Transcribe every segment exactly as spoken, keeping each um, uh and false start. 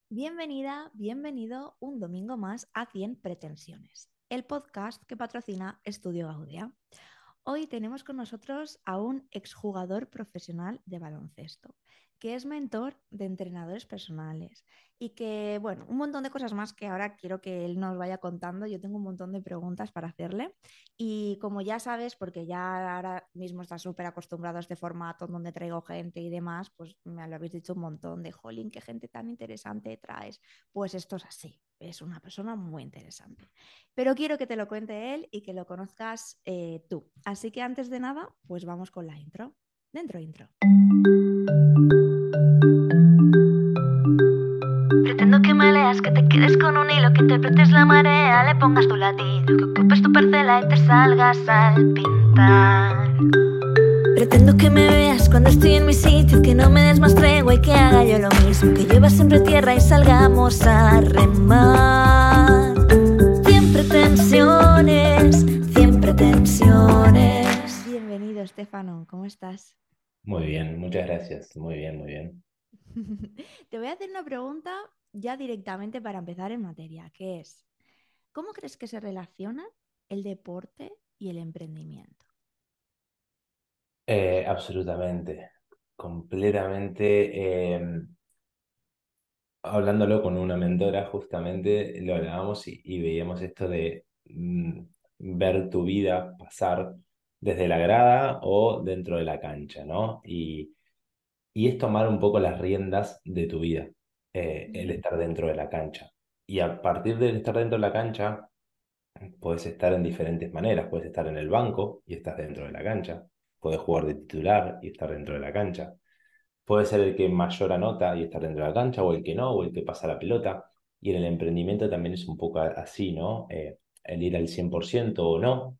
Bienvenida, bienvenido un domingo más a cien Pretensiones, el podcast que patrocina Estudio Gaudia. Hoy tenemos con nosotros a un exjugador profesional de baloncesto, que es mentor de entrenadores personales y que, bueno, un montón de cosas más que ahora quiero que él nos vaya contando. Yo tengo un montón de preguntas para hacerle y como ya sabes, porque ya ahora mismo estás súper acostumbrado a este formato donde traigo gente y demás, pues me lo habéis dicho un montón de, jolín, qué gente tan interesante traes. Pues esto es así, es una persona muy interesante. Pero quiero que te lo cuente él y que lo conozcas eh, tú. Así que antes de nada, pues vamos con la intro. Dentro intro. Pretendo que me leas, que te quedes con un hilo, que interpretes la marea, le pongas tu latido, que ocupes tu parcela y te salgas al pintar. Pretendo que me veas cuando estoy en mi sitio, que no me des más tregua y que haga yo lo mismo, que llueva siempre tierra y salgamos a remar. Siempre tensiones, siempre tensiones. Bienvenido, Estefano, ¿cómo estás? Muy bien, muchas gracias. Muy bien, muy bien. Te voy a hacer una pregunta ya directamente para empezar en materia, que es, ¿cómo crees que se relacionan el deporte y el emprendimiento? Eh, absolutamente, completamente. eh, hablándolo con una mentora, justamente lo hablábamos y, y veíamos esto de mm, ver tu vida pasar desde la grada o dentro de la cancha, ¿no? Y, y es tomar un poco las riendas de tu vida, eh, el Ujú. estar dentro de la cancha. Y a partir del estar dentro de la cancha, puedes estar en diferentes maneras. Puedes estar en el banco y estás dentro de la cancha. Puedes jugar de titular y estar dentro de la cancha. Puedes ser el que mayor anota y estar dentro de la cancha, o el que no, o el que pasa la pelota. Y en el emprendimiento también es un poco a- así, ¿no? Eh, el ir al cien por ciento o no,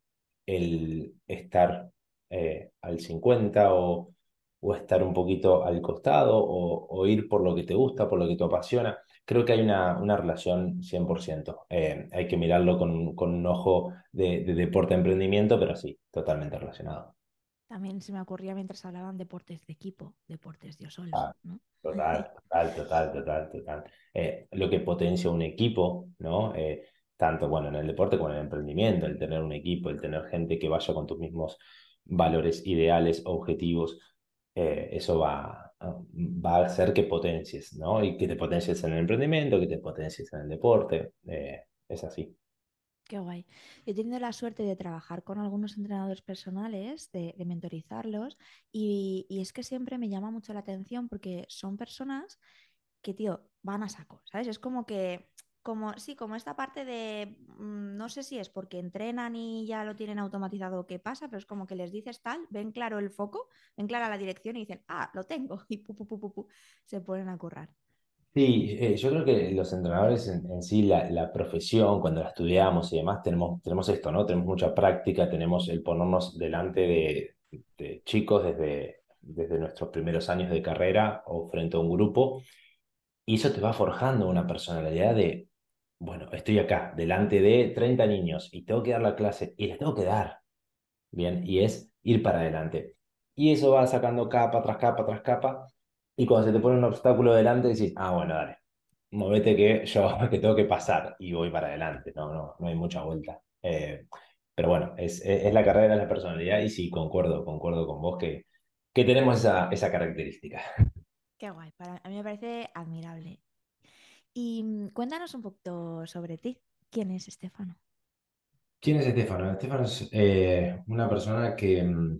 el estar eh, al cincuenta o, o estar un poquito al costado, o, o ir por lo que te gusta, por lo que te apasiona. Creo que hay una, una relación cien por ciento. Eh, hay que mirarlo con, con un ojo de, de deporte-emprendimiento, pero sí, totalmente relacionado. También se me ocurría mientras hablaban deportes de equipo, deportes yo solo, Ah, ¿no? total, total, total, total, total. Eh, lo que potencia un equipo, ¿no? Eh, tanto, bueno, en el deporte como en el emprendimiento, el tener un equipo, el tener gente que vaya con tus mismos valores, ideales, objetivos, eh, eso va, va a hacer que potencies, ¿no? Y que te potencies en el emprendimiento, que te potencies en el deporte, eh, es así. Qué guay. Yo he tenido la suerte de trabajar con algunos entrenadores personales, de, de mentorizarlos, y, y es que siempre me llama mucho la atención porque son personas que, tío, van a saco, ¿sabes? Es como que, como, sí, como esta parte de, mm, no sé si es porque entrenan y ya lo tienen automatizado qué pasa, pero es como que les dices tal, ven claro el foco, ven clara la dirección y dicen, ah, lo tengo, y pu, pu, pu, pu, pu, se ponen a currar. Sí, eh, yo creo que los entrenadores en, en sí, la, la profesión, cuando la estudiamos y demás, tenemos, tenemos esto, ¿no? Tenemos mucha práctica, tenemos el ponernos delante de, de chicos desde, desde nuestros primeros años de carrera o frente a un grupo, y eso te va forjando una personalidad de, bueno, estoy acá, delante de treinta niños y tengo que dar la clase y les tengo que dar. Bien, y es ir para adelante. Y eso va sacando capa tras capa tras capa, y cuando se te pone un obstáculo delante, decís, ah, bueno, dale, movete que yo que tengo que pasar y voy para adelante, no, no, no hay mucha vuelta. Eh, pero bueno, es, es, es la carrera, es la personalidad, y sí, concuerdo, concuerdo con vos que, que tenemos esa, esa característica. Qué guay, para, a mí me parece admirable. Y mm, cuéntanos un poquito sobre ti. ¿Quién es Estefano? ¿Quién es Estefano? Estefano es eh, una persona que, mm,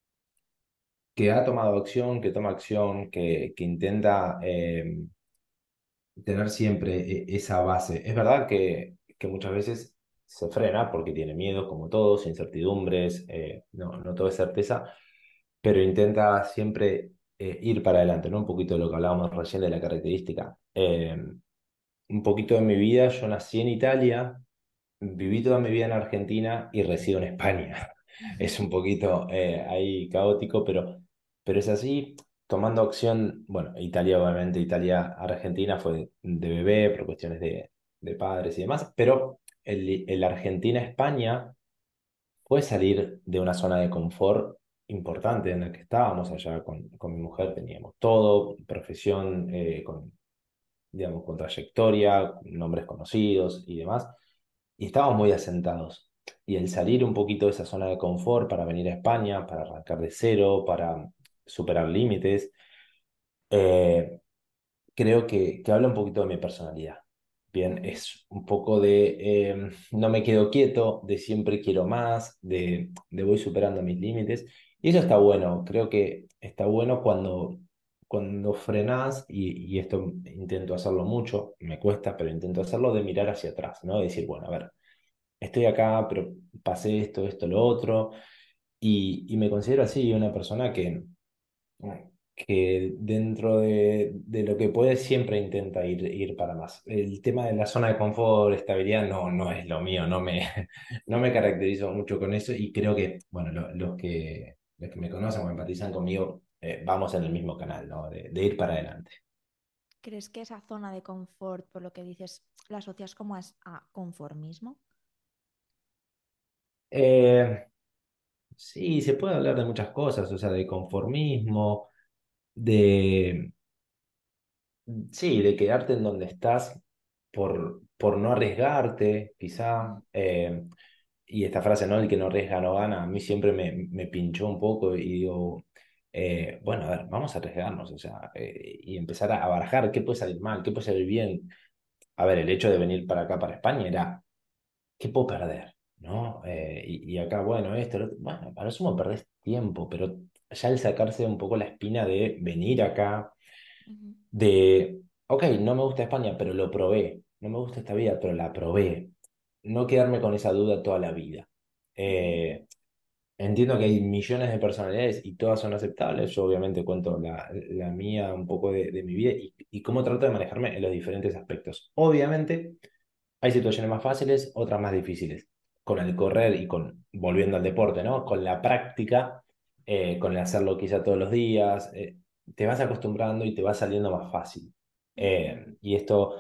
que ha tomado acción, que toma acción, que, que intenta eh, tener siempre eh, esa base. Es verdad que, que muchas veces se frena porque tiene miedo, como todos, incertidumbres, eh, no, no todo es certeza, pero intenta siempre eh, ir para adelante, ¿no? Un poquito de lo que hablábamos recién de la característica. Eh, un poquito de mi vida, yo nací en Italia, viví toda mi vida en Argentina y resido en España. Es un poquito eh, ahí caótico, pero, pero es así, tomando acción. Bueno, Italia, obviamente, Italia, Argentina fue de bebé por cuestiones de, de padres y demás, pero el, el Argentina-España fue salir de una zona de confort importante en la que estábamos allá con, con mi mujer, teníamos todo, profesión, eh, con digamos, con trayectoria, nombres conocidos y demás, y estábamos muy asentados. Y el salir un poquito de esa zona de confort para venir a España, para arrancar de cero, para superar límites, eh, creo que, que habla un poquito de mi personalidad. Bien, Ujú. es un poco de eh, no me quedo quieto, de siempre quiero más, de, de voy superando mis límites. Y eso está bueno, creo que está bueno cuando, cuando frenás, y, y esto intento hacerlo mucho, me cuesta, pero intento hacerlo de mirar hacia atrás, ¿no? De decir, bueno, a ver, estoy acá, pero pasé esto, esto, lo otro, y, y me considero así una persona que que dentro de, de lo que puede siempre intenta ir, ir para más. El tema de la zona de confort, estabilidad, no, no es lo mío, no me, no me caracterizo mucho con eso y creo que, bueno, lo- los que, los que me conocen o empatizan conmigo, eh, vamos en el mismo canal, ¿no? De, de ir para adelante. ¿Crees que esa zona de confort, por lo que dices, la asocias como a, a conformismo? Eh, sí, se puede hablar de muchas cosas, o sea, de conformismo, de, sí, de quedarte en donde estás por, por no arriesgarte, quizá. Mm, eh, Y esta frase, ¿no? El que no arriesga no gana, a mí siempre me, me pinchó un poco y digo, eh, bueno, a ver, vamos a arriesgarnos, o sea, eh, y empezar a, a barajar qué puede salir mal, qué puede salir bien. A ver, el hecho de venir para acá, para España, era, ¿qué puedo perder? ¿No? Eh, y, y acá, bueno, esto, lo otro. Bueno, para eso me perdés tiempo, pero ya el sacarse un poco la espina de venir acá, ujú, de, ok, no me gusta España, pero lo probé, no me gusta esta vida, pero la probé. No quedarme con esa duda toda la vida. ujú, Eh, Entiendo que hay millones de personalidades y todas son aceptables. Yo obviamente cuento la, la mía, un poco de, de mi vida y, y cómo trato de manejarme en los diferentes aspectos. Obviamente hay situaciones más fáciles, otras más difíciles. Con el correr y con, volviendo al deporte, ¿no? Con la práctica, eh, con el hacerlo quizá todos los días, eh, te vas acostumbrando y te va saliendo más fácil. ujú. Eh, y esto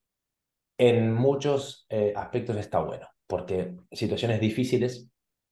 en muchos eh, aspectos está bueno, porque situaciones difíciles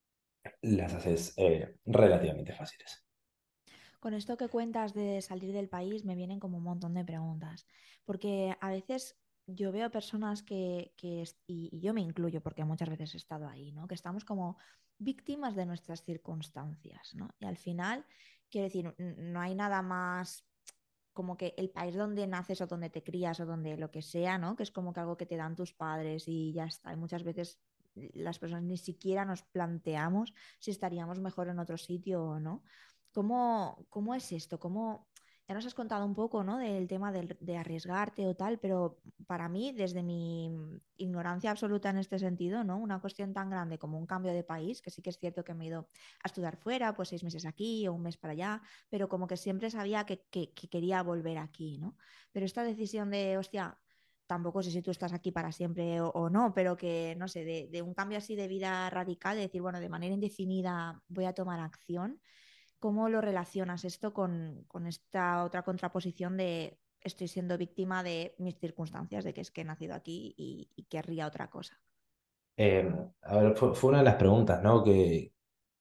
las haces eh, relativamente fáciles. Con esto que cuentas de salir del país me vienen como un montón de preguntas, porque a veces yo veo personas que, que es- y, y yo me incluyo porque muchas veces he estado ahí, ¿no? Que estamos como víctimas de nuestras circunstancias, ¿no? Y al final, quiero decir, n- no hay nada más como que el país donde naces o donde te crías o donde lo que sea, ¿no? Que es como que algo que te dan tus padres y ya está. Y muchas veces las personas ni siquiera nos planteamos si estaríamos mejor en otro sitio o no. ¿Cómo, cómo es esto? ¿Cómo... Ya nos has contado un poco, ¿no? Del tema del- de arriesgarte o tal, pero para mí, desde mi ignorancia absoluta en este sentido, ¿no? Una cuestión tan grande como un cambio de país, que sí que es cierto que me he ido a estudiar fuera, pues seis meses aquí o un mes para allá, pero como que siempre sabía que, que, que quería volver aquí, ¿no? Pero esta decisión de, hostia, tampoco sé si tú estás aquí para siempre o, o no, pero que, no sé, de, de, un cambio así de vida radical, de decir, bueno, de manera indefinida voy a tomar acción. ¿Cómo lo relacionas esto con, con esta otra contraposición de estoy siendo víctima de mis circunstancias, de que es que he nacido aquí y, y querría otra cosa? Eh, a ver, fue, fue una de las preguntas, ¿no? Que,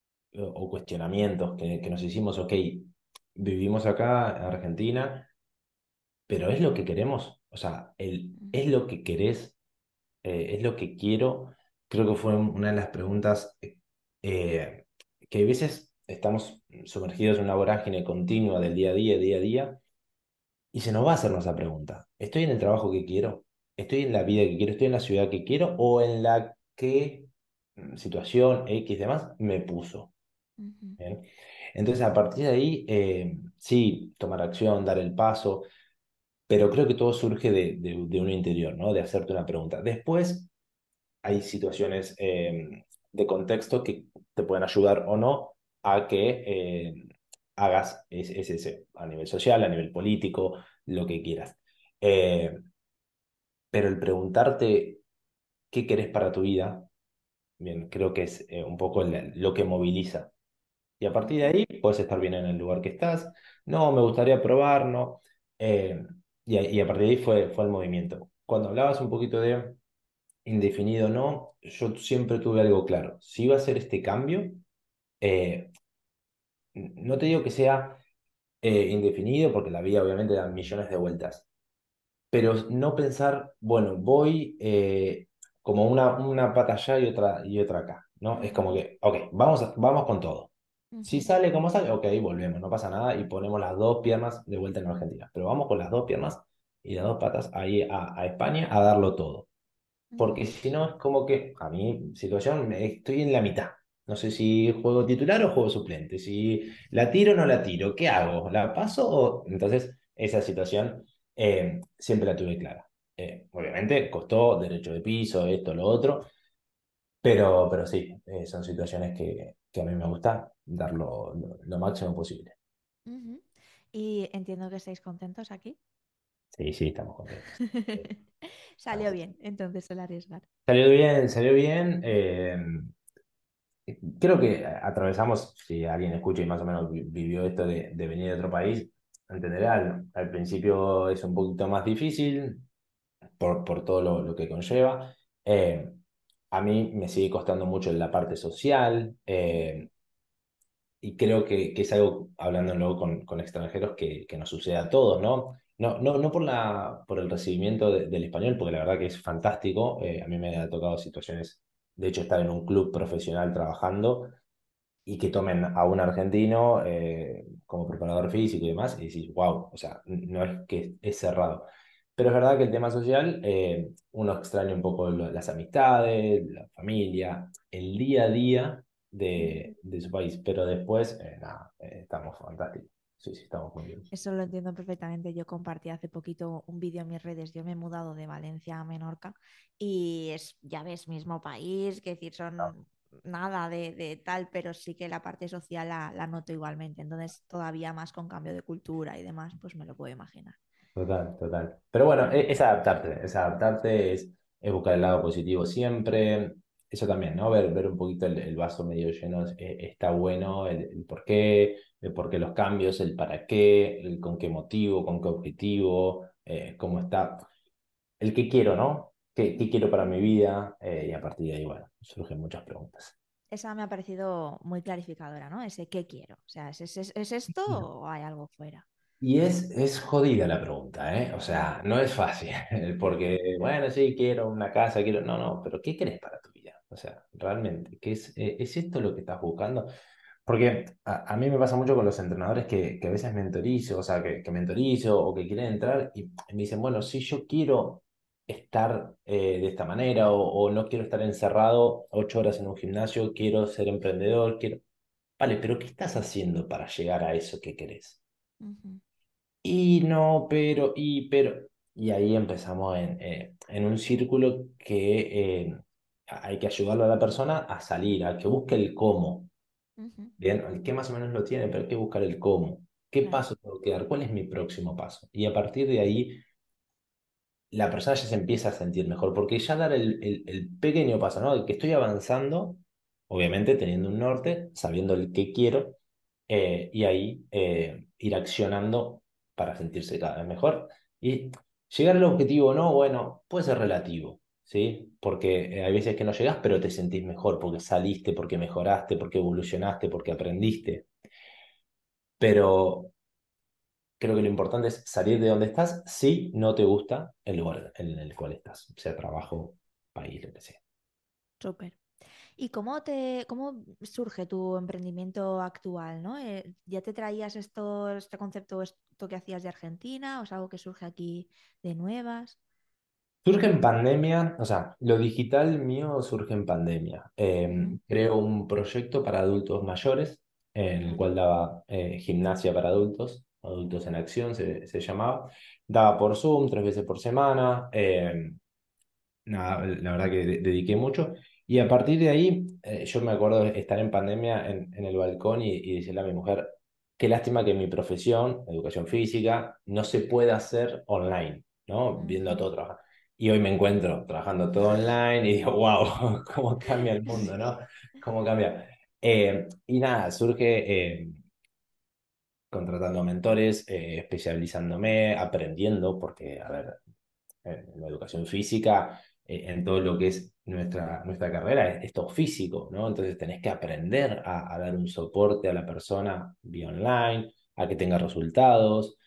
o cuestionamientos que, que nos hicimos, ok, vivimos acá en Argentina, pero ¿es lo que queremos? O sea, el, ¿es lo que querés? Eh, ¿es lo que quiero? Creo que fue una de las preguntas eh, eh, que a veces estamos sumergidos en una vorágine continua del día a día, día a día, y se nos va a hacernos esa pregunta. ¿Estoy en el trabajo que quiero? ¿Estoy en la vida que quiero? ¿Estoy en la ciudad que quiero? ¿O en la que mm, situación X demás me puso? Uh -huh, ¿Bien? Entonces, a partir de ahí, eh, sí, tomar acción, dar el paso, pero creo que todo surge de, de, de un interior, ¿no? De hacerte una pregunta. Después, hay situaciones eh, de contexto que te pueden ayudar o no a que eh, hagas ese, ese, ese, a nivel social, a nivel político, lo que quieras. Eh, pero el preguntarte qué querés para tu vida, bien, creo que es eh, un poco el- lo que moviliza. Y a uh partir de -huh, ahí puedes estar bien en el lugar que estás. No, me gustaría probar, no. Eh, y, a, y a partir de ahí fue, fue el movimiento. Cuando hablabas un poquito de indefinido o no, yo siempre tuve algo claro. Si iba a hacer este cambio, eh, no te digo que sea eh, indefinido, porque la vida obviamente da millones de vueltas, pero no pensar, bueno, voy eh, como una, una pata allá y otra, y otra acá, ¿no? Es como Ujú, que, ok, vamos, a- vamos con todo. Si ujú, sale como sale, ok, volvemos, no pasa nada y ponemos las dos piernas de vuelta en Argentina. Pero vamos con las dos piernas y las dos patas ahí a, a España a darlo todo. ujú, Porque si no es como que, a mi situación, me- estoy en la mitad. No sé si juego titular o juego suplente. Si la tiro o no la tiro. ¿Qué hago? ¿La paso o...? Entonces, esa situación eh, siempre la tuve clara. Eh, obviamente, costó derecho de piso, esto, lo otro. Pero, pero sí, eh, son situaciones que, que a mí me gusta dar lo, lo- lo máximo posible. ujú. Y entiendo que estáis contentos aquí. Sí, sí, estamos contentos. Salió bien, entonces el arriesgar. Salió bien, salió bien. eh, Creo que atravesamos, si alguien escucha y más o menos vi- vivió esto de, de venir de otro país, entenderá, al, al principio es un poquito más difícil por, por todo lo, lo que conlleva. Eh, a mí me sigue costando mucho la parte social, Ujú, eh, y creo que, que es algo, hablándolo con, con extranjeros, que, que nos sucede a todos, ¿no? No, no, no por la, por el recibimiento de- del español, porque la verdad que es fantástico. Eh, a mí me ha tocado situaciones, de hecho, estar en un club profesional trabajando y que tomen a un argentino eh, como preparador físico y demás, y decís, wow, o sea, no es que es cerrado. Pero es verdad que el tema social, eh, uno extraña un poco lo- las amistades, la familia, el día a día ujú. de, de su país, pero después, eh, nada, eh, estamos fantásticos. Sí, sí, estamos muy bien. Eso lo entiendo perfectamente. Yo compartí hace poquito un vídeo en mis redes. Yo me he mudado de Valencia a Menorca y es, ya ves, mismo país, que decir, son nada de, de tal, pero sí que la parte social la, la noto igualmente. Entonces, todavía más con cambio de cultura y demás, pues me lo puedo imaginar. Total, total. Pero bueno, e- es, adaptarte, es adaptarte, es, es buscar el lado positivo siempre. Eso también, ¿no? Ver, ver un poquito el, el vaso medio lleno es- eh, está bueno, el, el por qué, el por qué los cambios, el para qué, el con qué motivo, con qué objetivo, eh, cómo está, el qué quiero, ¿no? ¿Qué, qué quiero para mi vida? Eh, y a partir de ahí, bueno, surgen muchas preguntas. Esa me ha parecido muy clarificadora, ¿no? Ese qué quiero. O sea, ¿es, es, es esto o hay algo fuera? Y es, es jodida la pregunta, ¿eh? O sea, no es fácil, porque, bueno, sí, quiero una casa, quiero... No, no, pero ¿qué querés para tu vida? O sea, realmente, ¿qué es, eh, ¿es esto lo que estás buscando? Porque a, a mí me pasa mucho con los entrenadores que, que a veces mentorizo, o sea, que, que mentorizo o que quieren entrar y me dicen, bueno, sí, yo quiero estar eh, de esta manera o, o no quiero estar encerrado ocho horas en un gimnasio, quiero ser emprendedor, quiero... Vale, pero ¿qué estás haciendo para llegar a eso que querés? Ujú, Y no, pero, y, pero. Y ahí empezamos en, eh, en un círculo que eh, hay que ayudarlo a la persona a salir, a que busque el cómo. ujú. Bien, el qué más o menos lo tiene, pero hay que buscar el cómo. ¿Qué Claro. paso tengo que dar? ¿Cuál es mi próximo paso? Y a partir de ahí la persona ya se empieza a sentir mejor, porque ya dar el, el- el pequeño paso, ¿no? De que estoy avanzando, obviamente teniendo un norte, sabiendo el qué quiero, eh, y ahí eh, ir accionando para sentirse cada vez mejor. Y llegar al objetivo o no, bueno, puede ser relativo, ¿sí? Porque eh, hay veces que no llegas, pero te sentís mejor, porque saliste, porque mejoraste, porque evolucionaste, porque aprendiste. Pero creo que lo importante es salir de donde estás si no te gusta el lugar en el cual estás, sea trabajo, país, lo que sea. Súper. ¿Y cómo te, cómo surge tu emprendimiento actual, ¿no? Eh, ¿ya te traías esto, este concepto, esto que hacías de Argentina, o es algo que surge aquí de nuevas? Surge en pandemia, o sea, lo digital mío surge en pandemia. Eh, Ujú, creo un proyecto para adultos mayores, en el vale. cual daba eh, gimnasia para adultos, adultos en acción se, se llamaba. Daba por Zoom tres veces por semana. eh, nada, la verdad que de- dediqué mucho. Y a partir de ahí, eh, yo me acuerdo de estar en pandemia en, en el balcón y, y decirle a mi mujer, qué lástima que mi profesión, educación física, no se pueda hacer online, ¿no? Viendo a Ujú. todo trabajar. Y hoy me encuentro trabajando todo online y digo, wow, cómo cambia el mundo, ¿no? ¿Cómo cambia? Eh, y nada, surge eh, contratando mentores, eh, especializándome, aprendiendo, porque, a ver, en la educación física, eh, en todo lo que es nuestra, nuestra carrera, es, es todo físico, ¿no? Entonces tenés que aprender a, a dar un soporte a la persona vía online, a que tenga resultados.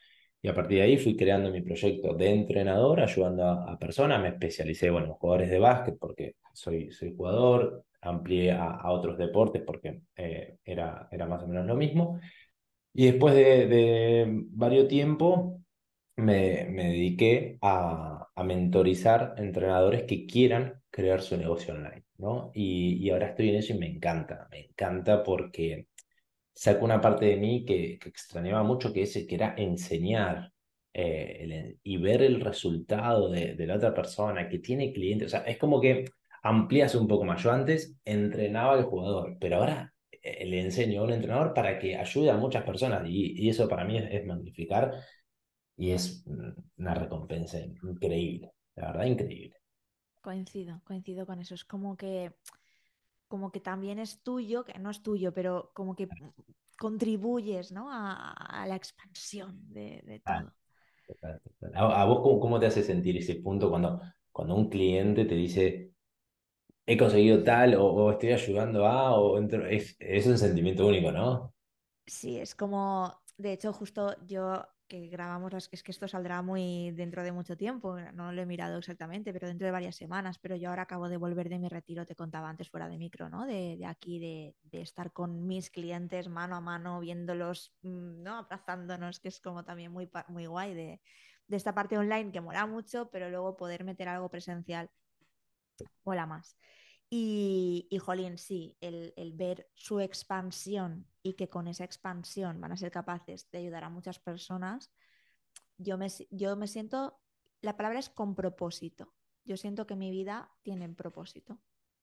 Y a partir de ahí fui creando mi proyecto de entrenador, ayudando a, a personas. Me especialicé, bueno, en jugadores de básquet porque soy, soy jugador, amplié a, a otros deportes porque eh, era, era más o menos lo mismo. Y después de, de varios tiempo me, me dediqué a, a mentorizar entrenadores que quieran crear su negocio online, ¿no? Y, y ahora estoy en eso y me encanta, me encanta porque saco una parte de mí que, que extrañaba mucho, que, ese, que era enseñar eh, el- y ver el resultado de, de la otra persona que tiene clientes. O sea, es como que amplías un poco más. Yo antes entrenaba al jugador, pero ahora eh, le enseño a un entrenador para que ayude a muchas personas y, y eso para mí es, es magnificar y es mm, una recompensa increíble, la verdad, increíble. Coincido, coincido con eso. Es como que, como que también es tuyo, que no es tuyo, pero como que contribuyes, ¿no? a, a la expansión de, de Ah, todo. total, total. ¿A, a vos cómo, cómo te hace sentir ese punto cuando, cuando un cliente te dice, he conseguido tal o, o estoy ayudando a, o entro- es, es un sentimiento único, ¿no? Sí, es como, de hecho, justo yo que grabamos, las, es que esto saldrá muy dentro de mucho tiempo, no lo he mirado exactamente, pero dentro de varias semanas, pero yo ahora acabo de volver de mi retiro, te contaba antes fuera de micro, ¿no? De, de aquí, de, de estar con mis clientes mano a mano, viéndolos, mm, ¿no? Abrazándonos, que es como también muy, pa- muy guay de, de esta parte online que mola mucho, pero luego poder meter algo presencial mola más. Y, y jolín, sí, el, el ver su expansión y que con esa expansión van a ser capaces de ayudar a muchas personas, yo me, yo me siento, la palabra es con propósito. Yo siento que mi vida tiene un propósito.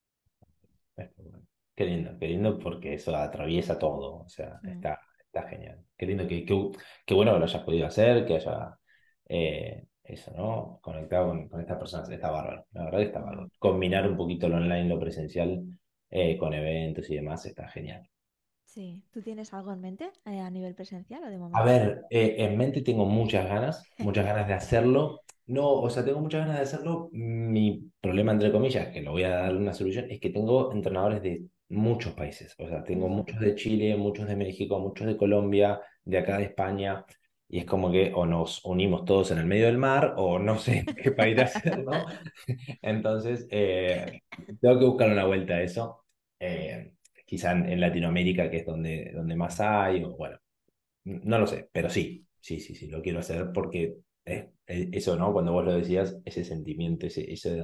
Esto, bueno. Qué lindo, qué lindo porque eso atraviesa todo, o sea, Mm, está, está genial. Qué lindo, que, qué, qué bueno que lo hayas podido hacer, que haya eh, eso, ¿no? Conectado con, con estas personas, está bárbaro, la verdad que está bárbaro. mm. Combinar un poquito lo online, lo presencial, eh, con eventos y demás, está genial. Sí, ¿tú tienes algo en mente eh, a nivel presencial o de A momento no? ver, eh, en mente tengo muchas ganas, muchas ganas de hacerlo. No, o sea, tengo muchas ganas de hacerlo. Mi problema, entre comillas, que lo voy a dar una solución, es que tengo entrenadores de muchos países. O sea, tengo Ujú. muchos de Chile, muchos de México, muchos de Colombia, de acá de España. Y es como que o nos unimos todos en el medio del mar o no sé en qué país hacerlo. Entonces, eh, tengo que buscar una vuelta a eso. Eh, quizá en, en Latinoamérica, que es donde, donde más hay, o bueno. No lo sé, pero sí, sí, sí, sí, lo quiero hacer porque es, es- eso, ¿no? Cuando vos lo decías, ese sentimiento, ese, ese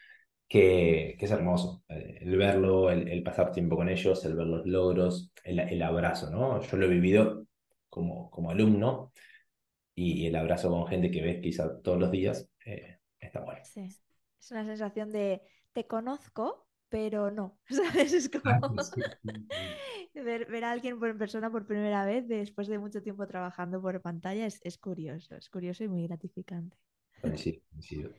que, que es hermoso, eh, el verlo, el, el pasar tiempo con ellos, el ver los logros, el, el abrazo, ¿no? Yo lo he vivido como, como alumno y el abrazo con gente que ves quizá todos los días, eh, está bueno. Sí, es una sensación de te conozco, pero no, ¿sabes? Es como Sí, sí, sí. ver, ver a alguien por, en persona por primera vez después de mucho tiempo trabajando por pantalla es, es curioso, es curioso y muy gratificante. Coincido, coincido.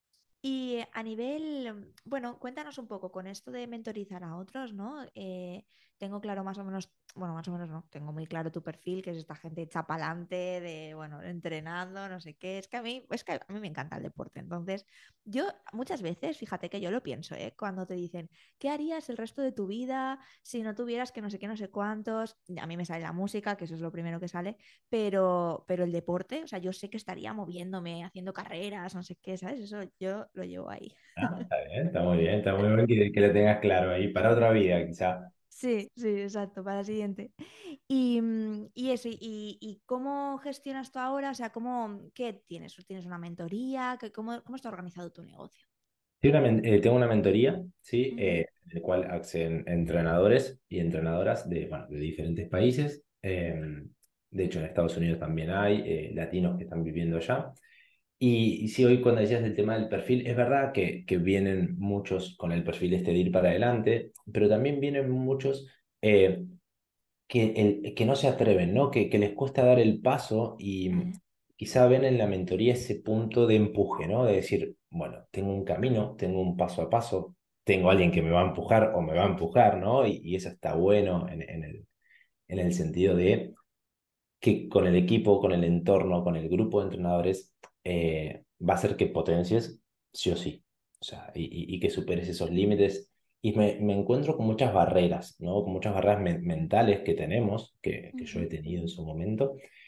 Y a nivel, bueno, cuéntanos un poco con esto de mentorizar a otros, ¿no? Eh, tengo claro más o menos, bueno, más o menos no, tengo muy claro tu perfil, que es esta gente hecha pa'lante, de, bueno, entrenando, no sé qué. Es que a mí, es que a mí me encanta el deporte. Entonces, yo muchas veces, fíjate que yo lo pienso, ¿eh? Cuando te dicen, ¿qué harías el resto de tu vida si no tuvieras que no sé qué, no sé cuántos? A mí me sale la música, que eso es lo primero que sale, pero, pero el deporte, o sea, yo sé que estaría moviéndome, haciendo carreras, no sé qué, ¿sabes? Eso yo lo llevo ahí. Ah, está bien, está muy bien, está muy bien que, que lo tengas claro ahí para otra vida, quizá. Sí, sí, exacto, para la siguiente. Y, mm, y eso, y, y cómo gestionas tú ahora? O sea, ¿cómo, qué tienes? ¿Tienes una mentoría? ¿Qué- ¿Cómo, cómo está organizado tu negocio? Sí, una men- eh, tengo una mentoría, ¿sí? Ujú. Eh, en el cual acceden entrenadores y entrenadoras de, bueno, de diferentes países. Eh, de hecho, en Estados Unidos también hay eh, latinos que están viviendo allá. Y, y sí, hoy cuando decías del tema del perfil, es verdad que, que vienen muchos con el perfil este de ir para adelante, pero también vienen muchos eh, que, el, que no se atreven, ¿no? Que, que les cuesta dar el paso y mm, Vale. quizá ven en la mentoría ese punto de empuje, ¿no? De decir, bueno, tengo un camino, tengo un paso a paso, tengo alguien que me va a empujar o me va a empujar, ¿no? Y, y eso está bueno en, en el, en el sentido de que con el equipo, con el entorno, con el grupo de entrenadores, eh, va a hacer que potencies sí o sí. O sea, y, y- y que superes esos límites. Y me, me encuentro con muchas barreras, ¿no? Con muchas barreras men- mentales que tenemos, que, que yo he Ujú. tenido en su momento.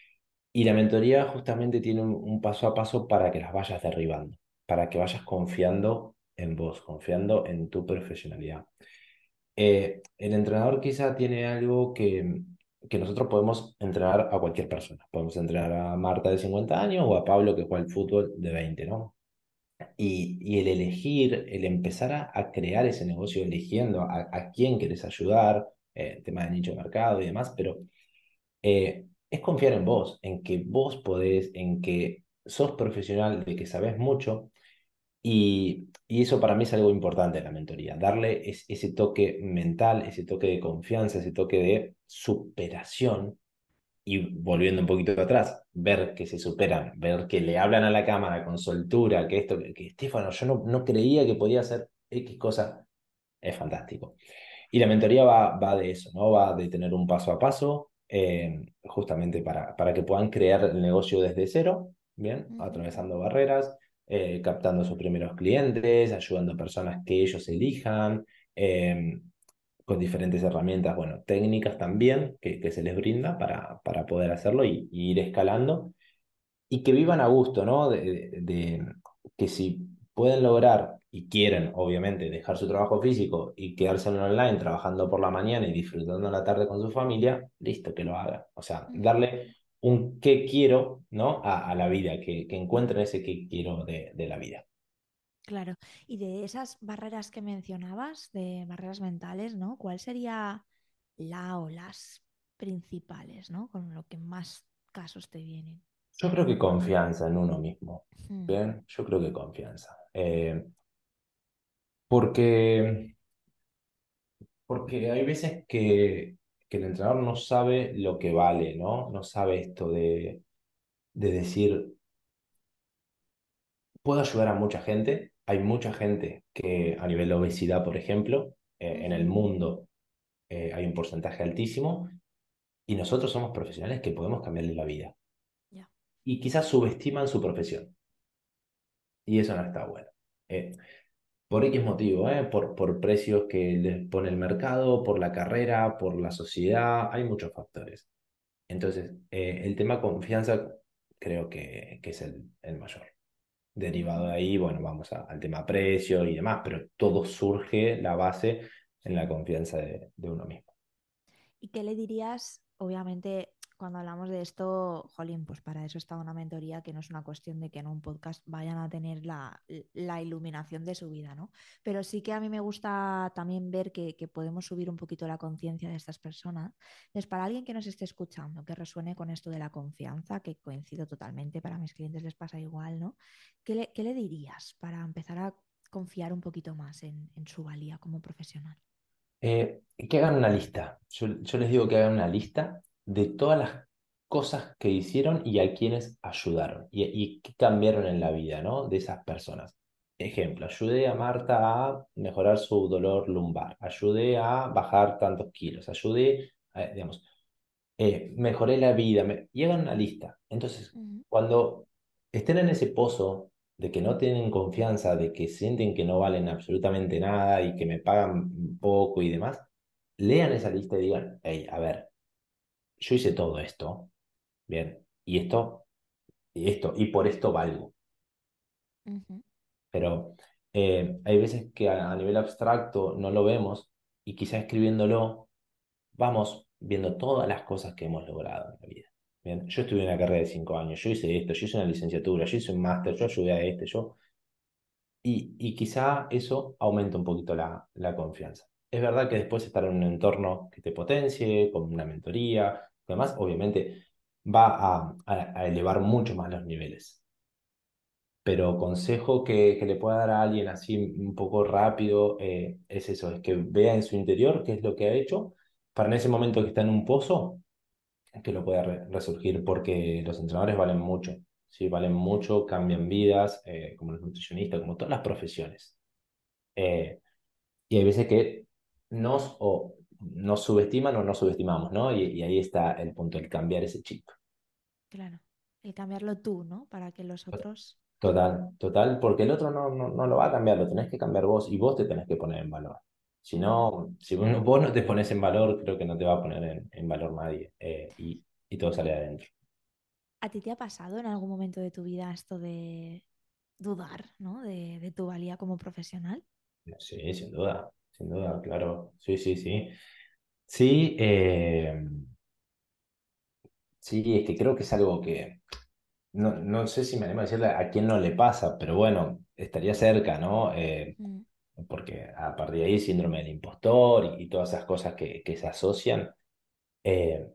Y la mentoría justamente tiene un, un paso a paso para que las vayas derribando, para que vayas confiando en vos, confiando en tu profesionalidad. Eh, el entrenador quizá tiene algo que, que nosotros podemos entrenar a cualquier persona. Podemos entrenar a Marta de cincuenta años o a Pablo que juega al fútbol de veinte, ¿no? Y, y el elegir, el empezar a, a crear ese negocio eligiendo a, a quién quieres ayudar, eh, tema de nicho de mercado y demás, pero eh, es confiar en vos, en que vos podés, en que sos profesional, de que sabés mucho. Y, y eso para mí es algo importante en la mentoría, darle es- ese toque mental, ese toque de confianza, ese toque de superación y volviendo un poquito atrás, ver que se superan, ver que le hablan a la cámara con soltura, que esto, que, que Estefano, yo no, no creía que podía hacer X cosa, es fantástico. Y la mentoría va, va de eso, ¿no? Va de tener un paso a paso, eh, justamente para, para que puedan crear el negocio desde cero, ¿bien? Ujú. Atravesando barreras, eh, captando sus primeros clientes, ayudando a personas que ellos elijan, eh, con diferentes herramientas, bueno, técnicas también que, que se les brinda para, para poder hacerlo y, y ir escalando y que vivan a gusto, ¿no? De, de- de que si pueden lograr y quieren, obviamente, dejar su trabajo físico y quedarse en online trabajando por la mañana y disfrutando la tarde con su familia, listo, que lo hagan. O sea, Ujú. darle un qué quiero, ¿no? A, a la vida, que, que encuentren ese qué quiero de, de la vida. Claro. Y de esas barreras que mencionabas, de barreras mentales, ¿no? ¿Cuál sería la o las principales, ¿no? Con lo que más casos te vienen. Yo creo que confianza en uno mismo, Mm, ¿bien? Yo creo que confianza. Eh, porque Porque hay veces que, que el entrenador no sabe lo que vale, ¿no? No sabe esto de, de decir, puedo ayudar a mucha gente. Hay mucha gente que a nivel de obesidad, por ejemplo, eh, en el ujú. mundo eh, hay un porcentaje altísimo y nosotros somos profesionales que podemos cambiarle la vida. Ya. Y quizás subestiman su profesión y eso no está bueno. Eh, por X motivo, ¿eh? Por, por precios que les pone el mercado, por la carrera, por la sociedad, hay muchos factores. Entonces, eh, el tema confianza creo que, que es el, el mayor. Derivado Ujú. de ahí, bueno, vamos a- al tema precio y demás, pero todo surge, la base, en la confianza de, de uno mismo. ¿Y qué le dirías? Obviamente, cuando hablamos de esto, jolín, pues para eso está una mentoría, que no es una cuestión de que en un podcast vayan a tener la, la iluminación de su vida, ¿no? Pero sí que a mí me gusta también ver que, que podemos subir un poquito la conciencia de estas personas. Entonces, para alguien que nos esté escuchando, que resuene con esto de la confianza, que coincido totalmente, para mis clientes les pasa igual, ¿no? ¿Qué le, qué le dirías para empezar a confiar un poquito más en, en su valía como profesional? Eh, que hagan una lista. Yo, yo les digo que hagan una lista de todas las cosas que hicieron y a quienes ayudaron y, y qué cambiaron en la vida, ¿no? De esas personas. Ejemplo, ayudé a Marta a mejorar su dolor lumbar, ayudé a bajar tantos kilos, ayudé, a, digamos, eh, mejoré la vida, me- y hagan una lista. Entonces, Ujú. cuando estén en ese pozo de que no tienen confianza, de que sienten que no valen absolutamente nada y que me pagan poco y demás, lean esa lista y digan, hey, a ver, yo hice todo esto, bien, y esto, y esto, y por esto valgo. Ujú. Pero eh, hay veces que a, a nivel abstracto no lo vemos y quizá escribiéndolo vamos viendo todas las cosas que hemos logrado en la vida. Bien, yo estuve en una carrera de cinco años, yo hice esto, yo hice una licenciatura, yo hice un máster, yo ayudé a este, yo... Y, y quizá eso aumenta un poquito la, la confianza. Es verdad que después estar en un entorno que te potencie, con una mentoría, además, obviamente va a, a- a elevar mucho más los niveles. Pero consejo que, que le pueda dar a alguien así un poco rápido eh, es eso, es que vea en su interior qué es lo que ha hecho para en ese momento que está en un pozo que lo pueda re- resurgir, porque los entrenadores valen mucho, ¿sí? Valen Mm. mucho, cambian vidas, eh, como los nutricionistas, como todas las profesiones. Eh, y hay veces que nos, o nos subestiman o nos subestimamos, ¿no? Y, y ahí está el punto, el cambiar ese chip. Claro, el cambiarlo tú, ¿no? Para que los otros... Total, total, porque el otro no, no, no lo va a cambiar, lo tenés que cambiar vos y vos te tenés que poner en valor. Si Ujú. no, si vos no, vos no te pones en valor, creo que no te va a poner en, en valor nadie, eh, y, y todo sale de adentro. ¿A ti te ha pasado en algún momento de tu vida esto de dudar, ¿no? de, de tu valía como profesional? Sí, sin duda, sin duda, claro. Sí, sí, sí. Sí, eh, sí, es que creo que es algo que no, no sé si me animo a decirle a quién no le pasa, pero bueno, estaría cerca, ¿no? Eh, Mm, porque a partir de ahí, síndrome del impostor y, y todas esas cosas que, que se asocian. eh,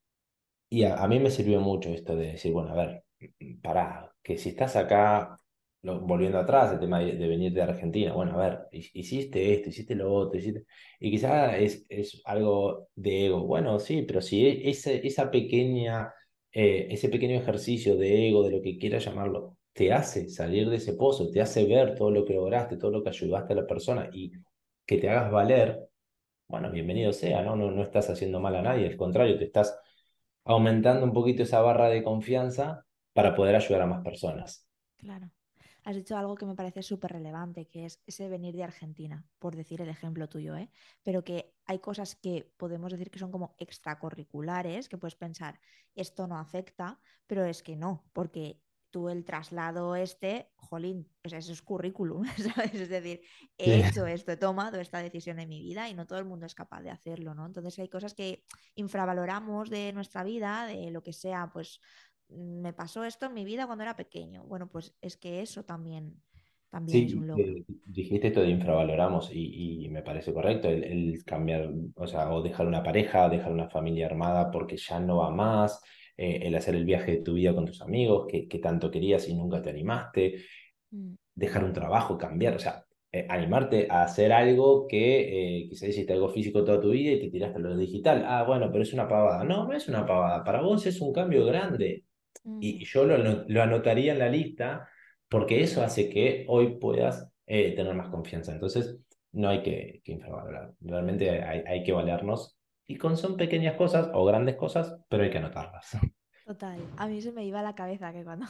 Y a, a mí me sirvió mucho esto de decir, bueno, a ver, pará, que si estás acá, lo- volviendo atrás, el tema de, de venir de Argentina, bueno, a ver, hi- hiciste esto, hiciste lo otro, hiciste... Y quizá es, es algo de ego, bueno, sí, pero si e- ese, esa pequeña, eh, ese pequeño ejercicio de ego, de lo que quieras llamarlo, te hace salir de ese pozo, te hace ver todo lo que lograste, todo lo que ayudaste a la persona y que te hagas valer, bueno, bienvenido sea, ¿no? No, no estás haciendo mal a nadie, al contrario, te estás aumentando un poquito esa barra de confianza para poder ayudar a más personas. claro. Has dicho algo que me parece súper relevante, que es ese venir de Argentina, por decir el ejemplo tuyo, ¿eh? Pero que hay cosas que podemos decir que son como extracurriculares, que puedes pensar, esto no afecta, pero es que no, porque tú el traslado este, jolín, pues eso es currículum, ¿sabes? Es decir, he Sí. hecho esto, he tomado esta decisión en mi vida y no todo el mundo es capaz de hacerlo, ¿no? Entonces hay cosas que infravaloramos de nuestra vida, de lo que sea, pues me pasó esto en mi vida cuando era pequeño. Bueno, pues es que eso también, también es un Sí, logro. eh, dijiste esto de infravaloramos y, y me parece correcto el, el cambiar, o sea, o dejar una pareja, dejar una familia armada porque ya no va más, eh, el hacer el viaje de tu vida con tus amigos que, que tanto querías y nunca te animaste, Mm, dejar un trabajo, cambiar, o sea, eh, animarte a hacer algo que eh, quizás hiciste algo físico toda tu vida y te tiraste a lo digital. Ah, bueno, pero es una pavada. No, no es una pavada. Para vos es un cambio grande. Y ujú, yo lo, ano- lo anotaría en la lista porque eso hace que hoy puedas eh, tener más confianza. Entonces, no hay que, que infravalorar. Realmente hay, hay que valernos. Y con son pequeñas cosas o grandes cosas, pero hay que anotarlas. total. A mí se me iba a la cabeza que cuando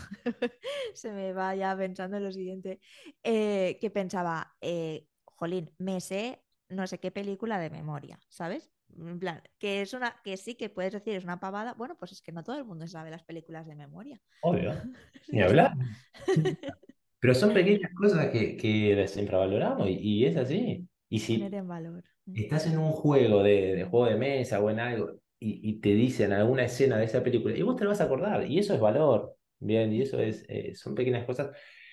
se me va ya pensando en lo siguiente, eh, que pensaba, eh, jolín, me sé no sé qué película de memoria, ¿sabes? En plan, que es una, que sí que puedes decir es una pavada, bueno, pues es que no todo el mundo sabe las películas de memoria. Obvio. Ni Ya hablar. está. Pero son pequeñas cosas que, que las infravaloramos y, y es así. Y Poner si en valor. Mm, estás en un juego de, de juego de mesa o en algo y, y te dicen alguna escena de esa película y vos te lo vas a acordar y eso es valor, bien, y mm, eso es, eh, son pequeñas cosas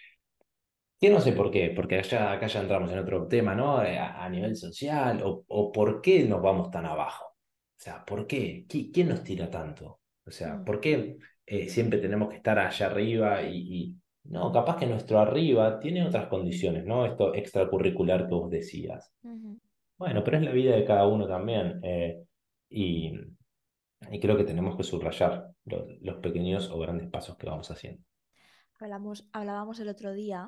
que no sé por qué, porque allá, acá ya entramos en otro tema, ¿no? Eh, A, a nivel social o, o por qué nos vamos tan abajo. O sea, ¿por qué? ¿Qui- ¿Quién nos tira tanto? O sea, mm, ¿por qué eh, siempre tenemos que estar allá arriba y, y no, capaz que nuestro arriba tiene otras condiciones, ¿no? Esto extracurricular que vos decías. ujú. Bueno, pero es la vida de cada uno también. eh, y, y creo que tenemos que subrayar los, los pequeños o grandes pasos que vamos haciendo. Hablamos, hablábamos el otro día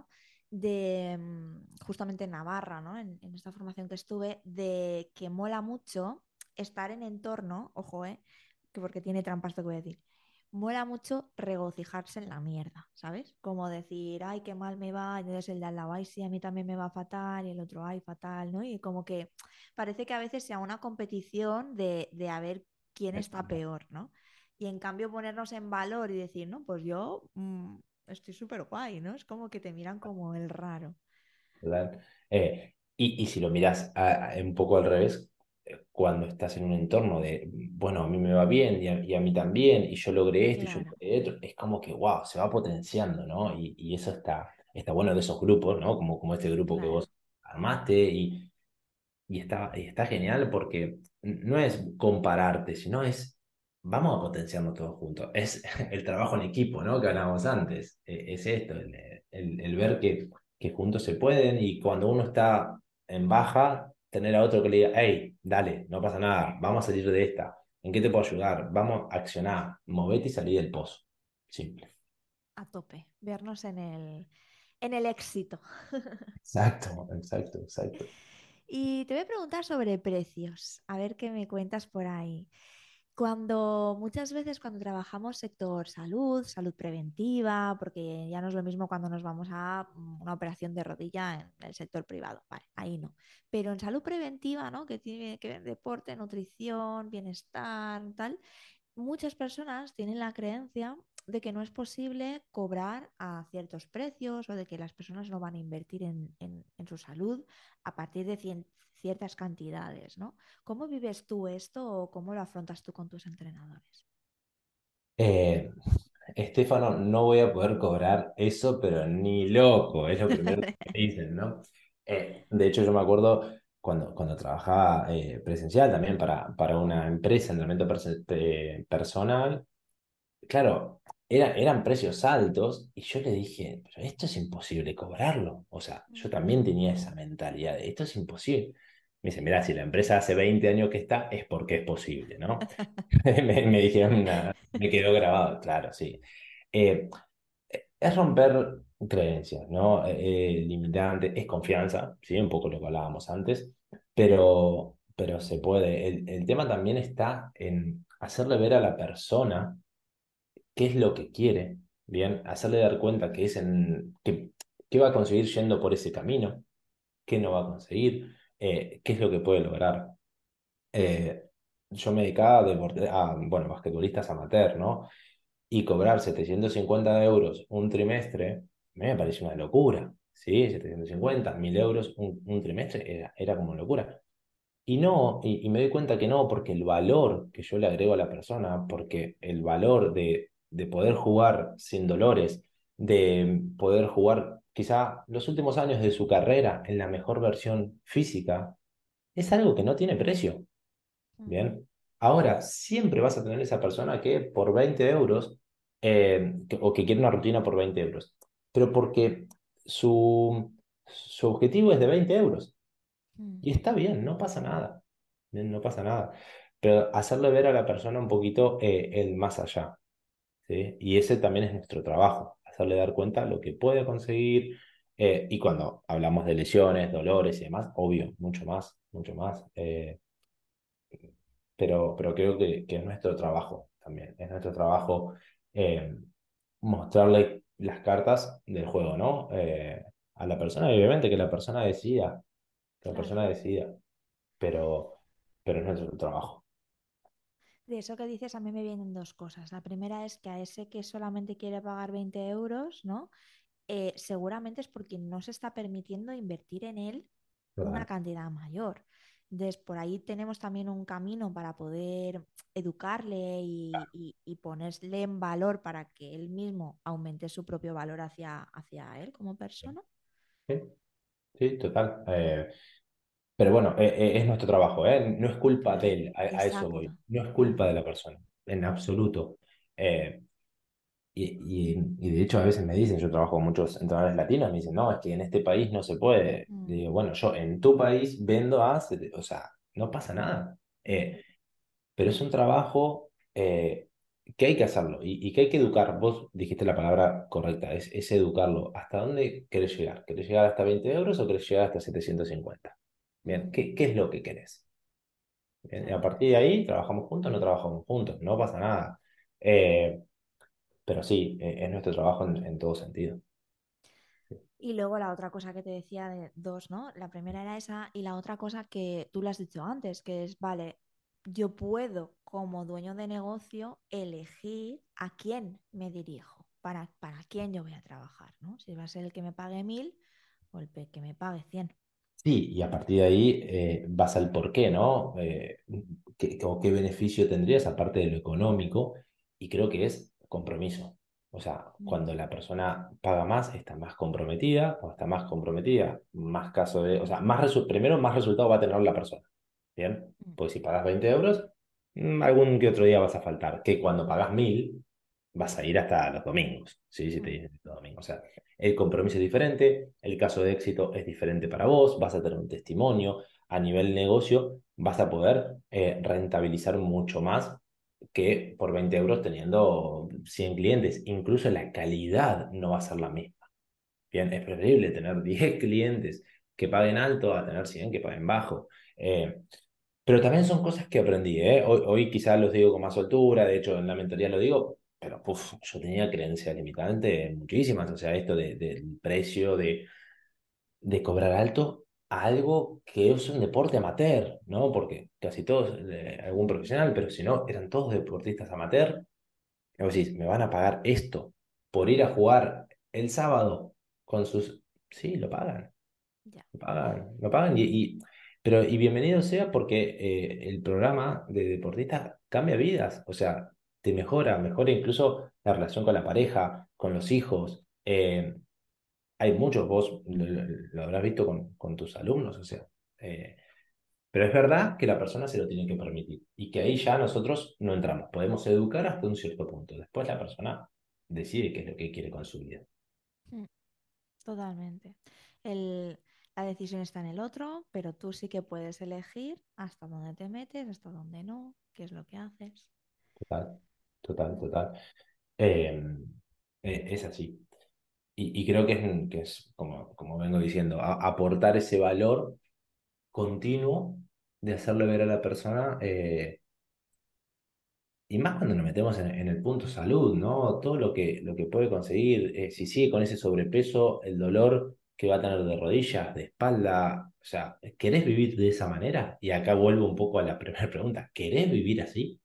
de mm, justamente en Navarra, ¿no? En, en esta formación que estuve, de que mola mucho estar en entorno, ojo, eh, que porque tiene trampas te voy a decir, mola mucho regocijarse en la mierda, ¿sabes? Como decir, ay, qué mal me va, y entonces el de al lado, ay, sí, a mí también me va fatal, y el otro, ay, fatal, ¿no? Y como que parece que a veces sea una competición de, de a ver quién está peor, ¿no? Y en cambio ponernos en valor y decir, no, pues yo mm, estoy súper guay, ¿no? Es como que te miran como el raro. ¿Verdad? Eh, y, y si lo miras a- a- un poco al revés, eh, cuando estás en un entorno de, bueno, a mí me va bien y a, y a mí también, y yo logré esto y yo Claro, logré esto, es como que, wow, se va potenciando, ¿no? Y, y eso está, está bueno de esos grupos, ¿no? Como, como este grupo que claro. vos armaste y, y está, y está genial porque no es compararte, sino es, vamos a potenciarnos todos juntos. Es el trabajo en equipo, ¿no? Que hablábamos antes. Eh, Es esto, el, el- el ver que, que juntos se pueden y cuando uno está en baja, tener a otro que le diga, hey, dale, no pasa nada, vamos a salir de esta. ¿En qué te puedo ayudar? Vamos a accionar, movete y salí del pozo. Simple. A tope. Vernos en el, en el éxito. Exacto, exacto, exacto. Y te voy a preguntar sobre precios. A ver qué me cuentas por ahí. Cuando muchas veces cuando trabajamos sector salud, salud preventiva, porque ya no es lo mismo cuando nos vamos a mm, una operación de rodilla en el sector privado, vale, ahí no. Pero en salud preventiva, ¿no? Que tiene que ver deporte, nutrición, bienestar, tal, muchas personas tienen la creencia de que no es posible cobrar a ciertos precios o de que las personas no van a invertir en, en- en su salud a partir de cien- ciertas cantidades, ¿no? ¿Cómo vives tú esto o cómo lo afrontas tú con tus entrenadores? Eh, Estefano, no voy a poder cobrar eso, pero ni loco, es lo primero que me dicen, ¿no? Eh, de hecho, yo me acuerdo cuando, cuando trabajaba eh, presencial también para, para una empresa, entrenamiento perse- eh, personal. Claro, era, eran precios altos y yo le dije, pero esto es imposible cobrarlo. O sea, yo también tenía esa mentalidad de esto es imposible. Me dice, mira, si la empresa hace veinte años que está, es porque es posible, ¿no? Me, me dijeron, una- me quedó grabado, claro, sí. Eh, es romper creencias, ¿no? Eh, eh, limitante, es confianza, ¿sí? Un poco lo que hablábamos antes, pero, pero se puede. El, el tema también está en hacerle ver a la persona qué es lo que quiere, ¿bien? Hacerle dar cuenta que es en, que, qué va a conseguir yendo por ese camino, qué no va a conseguir, eh, qué es lo que puede lograr. Eh, yo me dedicaba a, deporte- a, bueno, basquetbolistas amateur, ¿no? Y cobrar setecientos cincuenta euros un trimestre, a mí me parece una locura, ¿sí? setecientos cincuenta mil euros un, un trimestre era, era como locura. Y no, y, y me doy cuenta que no, porque el valor que yo le agrego a la persona, porque el valor de, de poder jugar sin dolores, de poder jugar quizá los últimos años de su carrera en la mejor versión física, es algo que no tiene precio. Mm, Bien. Ahora, siempre vas a tener esa persona que por veinte euros, eh, que- o que quiere una rutina por veinte euros, pero porque su, su objetivo es de veinte euros. mm. Y está bien, no pasa nada. Bien, no pasa nada. Pero hacerle ver a la persona un poquito eh, el más allá, ¿sí? Y ese también es nuestro trabajo, hacerle dar cuenta lo que puede conseguir. Eh, y cuando hablamos de lesiones, dolores y demás, obvio, mucho más, mucho más. Eh, pero, pero creo que, que es nuestro trabajo también, es nuestro trabajo eh, mostrarle las cartas del juego, ¿no? Eh, a la persona, y obviamente que la persona decida, que la Claro. persona decida, pero, pero es nuestro trabajo. De eso que dices, a mí me vienen dos cosas. La primera es que a ese que solamente quiere pagar veinte euros, ¿no? Eh, seguramente es porque no se está permitiendo invertir en él una Total. cantidad mayor. Entonces, por ahí tenemos también un camino para poder educarle y, y- y ponerle en valor para que él mismo aumente su propio valor hacia, hacia él como persona. Sí, sí, total. Eh, pero bueno, eh, eh, es nuestro trabajo, ¿eh? No es culpa de Claro, él, a, a eso exacto. voy. No es culpa de la persona, en absoluto. Eh, Y, y, y de hecho a veces me dicen, yo trabajo con muchos entrenadores latinos, me dicen, no, es que en este país no se puede. Le Mm, digo, bueno, yo en tu país vendo a, sete- o sea, no pasa nada. Eh, pero es un trabajo eh, que hay que hacerlo y, y que hay que educar. Vos dijiste la palabra correcta, es, es educarlo. ¿Hasta dónde querés llegar? ¿Querés llegar hasta veinte euros o querés llegar hasta setecientos cincuenta? Bien, mm, ¿qué, qué es lo que querés? Bien, y a claro. partir de ahí, ¿trabajamos juntos o no trabajamos juntos? No pasa nada. Eh, pero sí, eh, es nuestro trabajo en, en todo sentido. Y luego la otra cosa que te decía de dos, ¿no? La primera era esa y la otra cosa que tú le has dicho antes, que es, vale, yo puedo como dueño de negocio elegir a quién me dirijo, para, para quién yo voy a trabajar, ¿no? Si va a ser el que me pague mil o el pe- que me pague cien. Sí, y a partir de ahí eh, vas al por qué, ¿no? Eh, qué, o qué beneficio tendrías aparte de lo económico, y creo que es compromiso. O sea, Mm, cuando la persona paga más, está más comprometida, cuando está más comprometida, más caso de, o sea, más resu- primero más resultado va a tener la persona. ¿Bien? mm, Pues si pagas veinte euros, mm, algún que otro día vas a faltar, que cuando pagas mil, vas a ir hasta los domingos, ¿sí? Si te mm, dicen los domingos. O sea, el compromiso es diferente, el caso de éxito es diferente para vos, vas a tener un testimonio, a nivel negocio vas a poder eh, rentabilizar mucho más que por veinte euros teniendo cien clientes. Incluso la calidad no va a ser la misma. Bien, es preferible tener diez clientes que paguen alto a tener cien que paguen bajo. Eh, pero también son cosas que aprendí, ¿eh? Hoy, hoy quizás los digo con más soltura, de hecho en la mentoría lo digo, pero puf, yo tenía creencias limitantes muchísimas, o sea, esto de- del precio, de, de cobrar alto a algo que es un deporte amateur, ¿no? Porque casi todos, eh, algún profesional, pero si no, eran todos deportistas amateur, Y vos decís, ¿me van a pagar esto por ir a jugar el sábado con sus... Sí, lo pagan, Ya, lo pagan, lo pagan y, y- pero y bienvenido sea porque eh, el programa de deportista cambia vidas, o sea, te mejora, mejora incluso la relación con la pareja, con los hijos. eh, hay muchos, vos lo, lo- lo habrás visto con, con tus alumnos, o sea, eh, pero es verdad que la persona se lo tiene que permitir y que ahí ya nosotros no entramos. Podemos educar hasta un cierto punto. Después la persona decide qué es lo que quiere con su vida. mm, totalmente. El, la decisión está en el otro, pero tú sí que puedes elegir hasta dónde te metes, hasta dónde no, qué es lo que haces. Total, total, Mm, total. Eh, eh, es así. Y, y creo que es, que es como, como vengo diciendo, a- aportar ese valor continuo de hacerle ver a la persona. eh, Y más cuando nos metemos en, en el punto salud, ¿no? Todo lo que, lo que puede conseguir, eh, si sigue con ese sobrepeso, el dolor que va a tener de rodillas, de espalda, o sea, ¿querés vivir de esa manera? Y acá vuelvo un poco a la primera pregunta, ¿querés vivir así?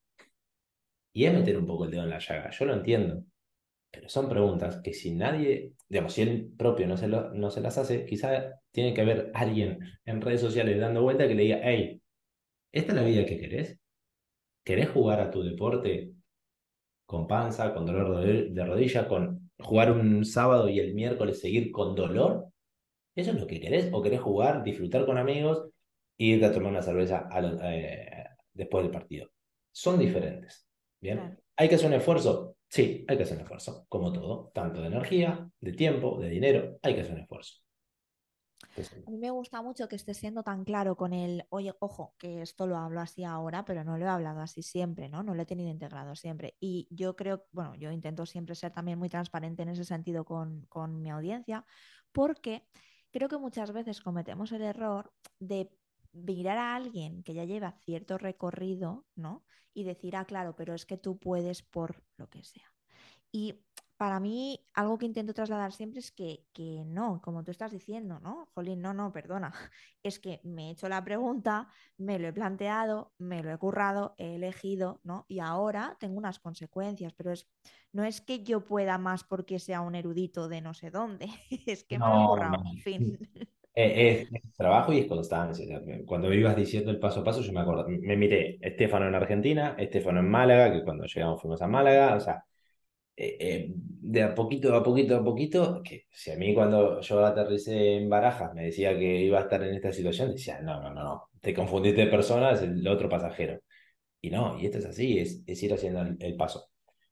Y es meter un poco el dedo en la llaga, yo lo entiendo, pero son preguntas que si nadie, digamos, si él propio no se, lo- no se las hace, quizá tiene que haber alguien en redes sociales dando vuelta que le diga, hey, ¿esta es la vida que querés? ¿Querés jugar a tu deporte con panza, con dolor de, de rodilla, con jugar un sábado y el miércoles seguir con dolor? ¿Eso es lo que querés? ¿O querés jugar, disfrutar con amigos e irte a tomar una cerveza a la- eh, después del partido? Son diferentes. ¿Bien? claro. ¿Hay que hacer un esfuerzo? Sí, hay que hacer un esfuerzo, como todo, tanto de energía, de tiempo, de dinero, hay que hacer un esfuerzo. Entonces, A mí me gusta mucho que estés siendo tan claro con el, oye, ojo, que esto lo hablo así ahora, pero no lo he hablado así siempre, ¿no? No lo he tenido integrado siempre. Y yo creo, bueno, yo intento siempre ser también muy transparente en ese sentido con, con mi audiencia, porque creo que muchas veces cometemos el error de mirar a alguien que ya lleva cierto recorrido, ¿no? Y decir, ah, claro, pero es que tú puedes por lo que sea. Y para mí, algo que intento trasladar siempre es que, que no, como tú estás diciendo, ¿no? Jolín, no, no, perdona. Es que me he hecho la pregunta, me lo he planteado, me lo he currado, he elegido, ¿no? Y ahora tengo unas consecuencias, pero es, no es que yo pueda más porque sea un erudito de no sé dónde, es que me lo he no, no. currado, fin. Eh, Es, es trabajo y es constancia. O sea, me- cuando ibas diciendo el paso a paso, yo me acuerdo. Me miré Estefano en Argentina, Estefano en Málaga, que cuando llegamos fuimos a Málaga. O sea, eh, eh, de a poquito, a poquito, a poquito, que si a mí cuando yo aterricé en Barajas me decía que iba a estar en esta situación, decía, no, no, no, no, te confundiste de persona, es el otro pasajero. Y no, y esto es así, es, es ir haciendo el, el paso.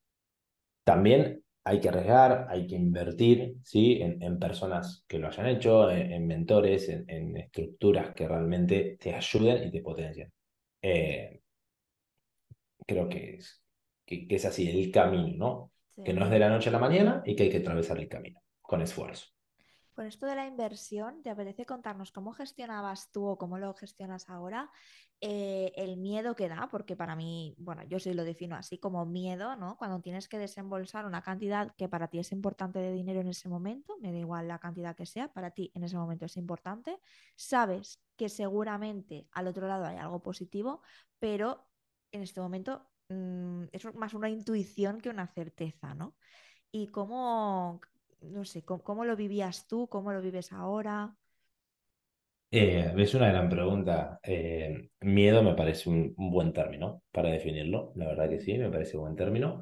También hay que arriesgar, hay que invertir, ¿sí? En, en personas que lo hayan hecho, en, en mentores, en, en estructuras que realmente te ayuden y te potencian. Eh, Creo que es, que, que es así, el camino, ¿no? Que Sí. no es de la noche a la mañana y que hay que atravesar el camino con esfuerzo. Con esto de la inversión, ¿te apetece contarnos cómo gestionabas tú o cómo lo gestionas ahora eh, el miedo que da? Porque para mí, bueno, yo sí lo defino así como miedo, ¿no? Cuando tienes que desembolsar una cantidad que para ti es importante de dinero en ese momento, me da igual la cantidad que sea, para ti en ese momento es importante, sabes que seguramente al otro lado hay algo positivo, pero en este momento mmm, es más una intuición que una certeza, ¿no? Y cómo, no sé, cómo, cómo lo vivías tú, cómo lo vives ahora. Eh, es una gran pregunta. Eh, miedo me parece un, un buen término para definirlo. La verdad que sí, me parece un buen término.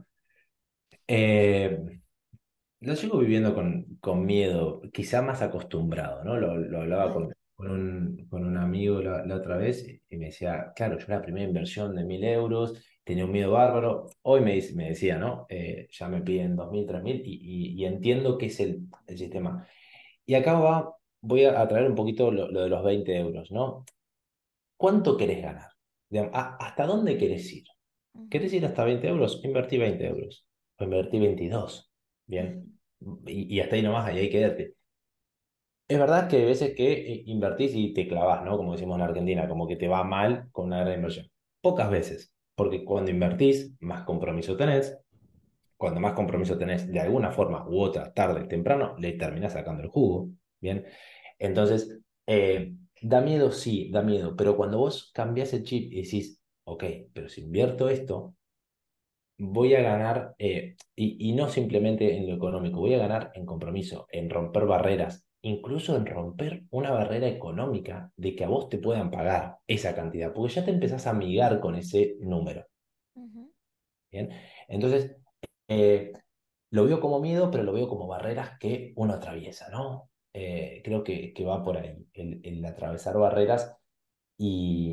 Eh, Lo sigo viviendo con, con miedo, quizá más acostumbrado, ¿no? Lo, lo hablaba Vale. con, con un, con un amigo la, la otra vez y me decía, claro, yo la primera inversión de mil euros, tenía un miedo bárbaro. Hoy me, dice- me decía, ¿no? Eh, ya me piden dos mil, tres mil y, y, y entiendo que es el, el sistema. Y acá va, voy a, a traer un poquito lo, lo de los veinte euros, ¿no? ¿Cuánto querés ganar? Digamos, ¿a- ¿hasta dónde querés ir? Ujú, ¿Querés ir hasta veinte euros? Invertí veinte euros. O invertí veintidós. ujú, Bien. Y, y hasta ahí nomás, ahí hay que quedarte. Es verdad que hay veces que eh, invertís y te clavas, ¿no? Como decimos en Argentina, como que te va mal con una gran inversión. Pocas veces, porque cuando invertís, más compromiso tenés. Cuando más compromiso tenés, de alguna forma u otra, tarde o temprano, le terminás sacando el jugo. Bien. Entonces, eh, da miedo, sí, da miedo. Pero cuando vos cambiás el chip y decís, ok, pero si invierto esto voy a ganar, eh, y, y no simplemente en lo económico, voy a ganar en compromiso, en romper barreras, incluso en romper una barrera económica de que a vos te puedan pagar esa cantidad, porque ya te empezás a amigar con ese número, Ujú. ¿bien? Entonces, eh, lo veo como miedo, pero lo veo como barreras que uno atraviesa, ¿no? Eh, creo que, que va por ahí, el, el atravesar barreras y,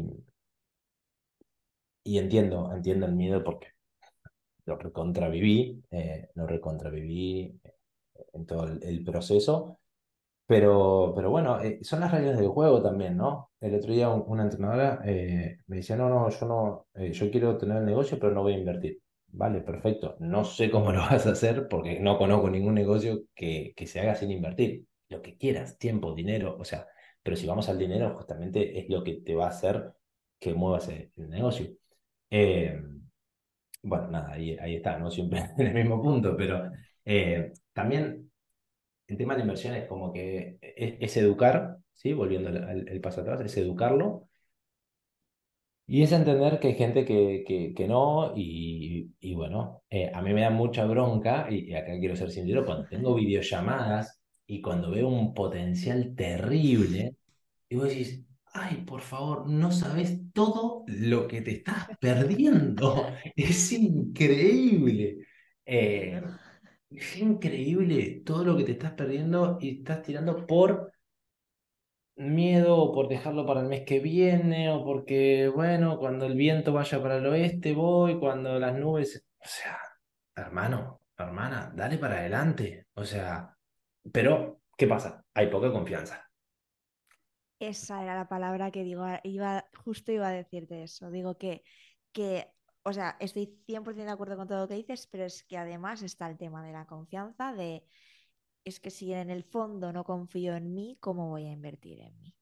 y entiendo, entiendo el miedo porque lo recontraviví, eh, lo recontraviví en todo el, el proceso, pero, pero bueno, eh, son las reglas del juego también, ¿no? El otro día un- una entrenadora eh, me decía, no, no, yo no, eh, yo quiero tener el negocio, pero no voy a invertir. Vale, perfecto. No sé cómo lo vas a hacer porque no conozco ningún negocio que, que se haga sin invertir. Lo que quieras, tiempo, dinero, o sea, pero si vamos al dinero, justamente es lo que te va a hacer que muevas el, el negocio. Eh, bueno, nada, ahí, ahí está, ¿no? Siempre en el mismo punto, pero eh, también el tema de la inversión es como que es, es educar, ¿sí? Volviendo al, al- el paso atrás, es educarlo y es entender que hay gente que, que, que no y, y bueno, eh, a mí me da mucha bronca y, y acá quiero ser sincero, cuando tengo videollamadas y cuando veo un potencial terrible y vos decís, ay, por favor, no sabes todo lo que te estás perdiendo, es increíble. Entiendo. Eh, es increíble todo lo que te estás perdiendo y estás tirando por miedo o por dejarlo para el mes que viene o porque, bueno, cuando el viento vaya para el oeste voy, cuando las nubes... O sea, hermano, hermana, dale para adelante. O sea, pero, ¿qué pasa? Hay poca confianza. Esa era la palabra que digo, iba, justo iba a decirte eso. Digo que, que, o sea, estoy cien por ciento de acuerdo con todo lo que dices, pero es que además está el tema de la confianza, de, es que si en el fondo no confío en mí, ¿cómo voy a invertir en mí?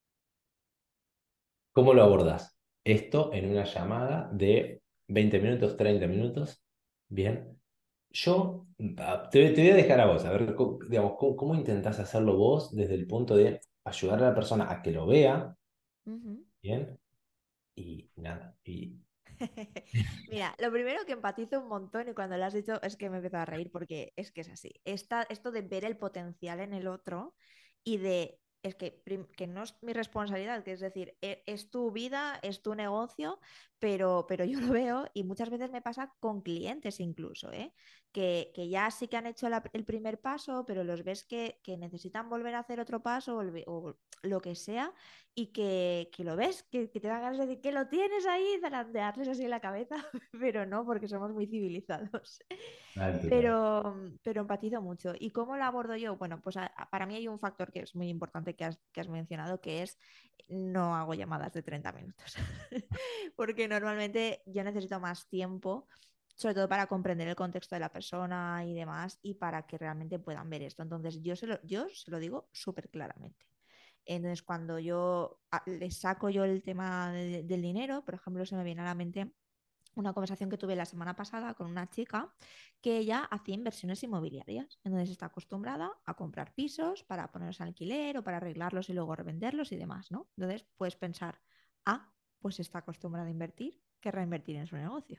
¿Cómo lo abordas? Esto en una llamada de veinte minutos, treinta minutos. Bien. Yo ah, te, te voy a dejar a vos, a ver, co- digamos, cómo, cómo intentás hacerlo vos desde el punto de ayudar a la persona a que lo vea, Ujú. ¿bien? Y nada, y Mira, lo primero que empatizo un montón y cuando lo has dicho es que me empezado a reír porque es que es así. Esta- esto de ver el potencial en el otro y de, es que, prim- que no es mi responsabilidad, que es decir, e- es, tu vida, es tu negocio, pero, pero yo lo veo y muchas veces me pasa con clientes incluso, ¿eh? Que, que ya sí que han hecho la- el primer paso, pero los ves que, que necesitan volver a hacer otro paso o, el- o lo que sea y que, que lo ves, que, que te dan ganas de decir que lo tienes ahí, zarandearles así en la cabeza, pero no, porque somos muy civilizados. nada, total. Pero, pero empatizo mucho. ¿Y cómo lo abordo yo? Bueno, pues a- a- para mí hay un factor que es muy importante que has, que has mencionado, que es no hago llamadas de treinta minutos, porque normalmente yo necesito más tiempo, sobre todo para comprender el contexto de la persona y demás, y para que realmente puedan ver esto. Entonces, yo se lo, yo se lo digo súper claramente. Entonces, cuando yo a- le saco yo el tema de- del dinero, por ejemplo, se me viene a la mente una conversación que tuve la semana pasada con una chica que ella hacía inversiones inmobiliarias. Entonces está acostumbrada a comprar pisos para ponerlos al alquiler o para arreglarlos y luego revenderlos y demás, ¿no? Entonces puedes pensar, ah, pues está acostumbrada a invertir, querrá invertir en su negocio.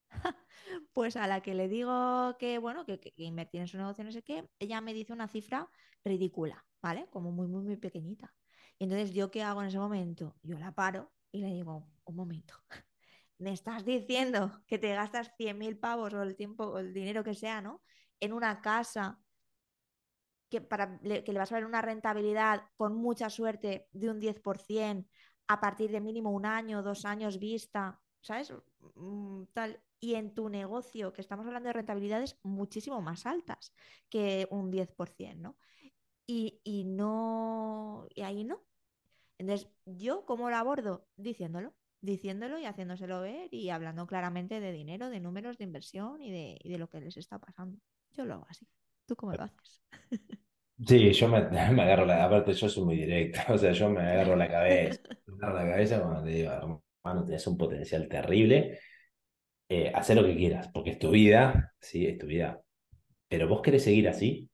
Pues a la que le digo que, bueno, que, que, que invertir en su negocio, no sé qué, ella me dice una cifra ridícula, ¿vale? Como muy, muy, muy pequeñita. Y entonces, ¿yo qué hago en ese momento? Yo la paro y le digo, un momento, me estás diciendo que te gastas cien mil pavos o el tiempo o el dinero que sea, ¿no? En una casa que, para, que le vas a ver una rentabilidad con mucha suerte de un diez por ciento a partir de mínimo un año, dos años vista, ¿sabes? Mm, tal. Y en tu negocio, que estamos hablando de rentabilidades muchísimo más altas que un diez por ciento, ¿no? Y, y no, y ahí no. Entonces, ¿yo cómo lo abordo? Diciéndolo, diciéndolo y haciéndoselo ver y hablando claramente de dinero, de números de inversión y de, y de lo que les está pasando. Yo lo hago así. ¿Tú cómo lo haces? Sí, yo me, me agarro la... Aparte, yo soy muy directo, o sea, yo me agarro la cabeza. Me agarro la cabeza cuando te digo, hermano, tienes un potencial terrible, eh, haz lo que quieras, porque es tu vida, sí, es tu vida. Pero vos querés seguir así,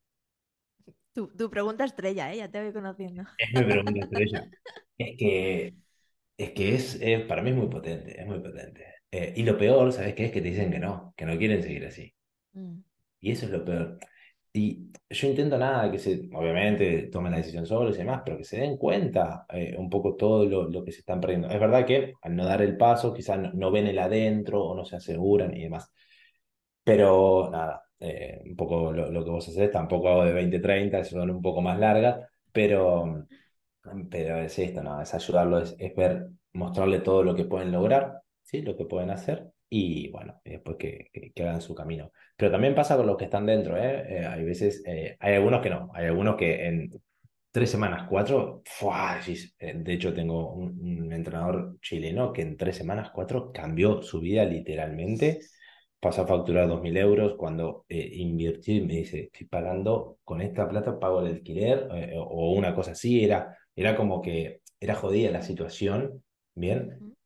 Tu, tu pregunta estrella, ¿eh? Ya te voy conociendo. es mi pregunta estrella. Es que, es que es, es- para mí es muy potente, es muy potente. Eh, y lo peor, ¿sabes qué? Es que te dicen que no, que no quieren seguir así. Mm, Y eso es lo peor. Y yo intento nada, que se, obviamente tomen la decisión solos y demás, pero que se den cuenta eh, un poco todo lo, lo que se están perdiendo. Es verdad que al no dar el paso, quizás no, no ven el adentro o no se aseguran y demás. Pero nada, eh, un poco lo, lo que vos hacés, tampoco hago de veinte treinta, son un poco más largas, pero, pero es esto, ¿no? Es ayudarlo, es, es ver, mostrarle todo lo que pueden lograr, ¿sí? Lo que pueden hacer y bueno, y después que, que, que hagan su camino. Pero también pasa con los que están dentro, ¿eh? Eh, hay veces, eh, hay algunos que no, hay algunos que en tres semanas, cuatro, ¡fua! Decís, eh, de hecho tengo un, un entrenador chileno que en tres semanas, cuatro, cambió su vida literalmente, pasó a facturar dos mil euros cuando eh, invirtió y me dice, estoy pagando, con esta plata pago el alquiler eh, o una cosa así, era, era como que era jodida la situación, ¿bien? ujú,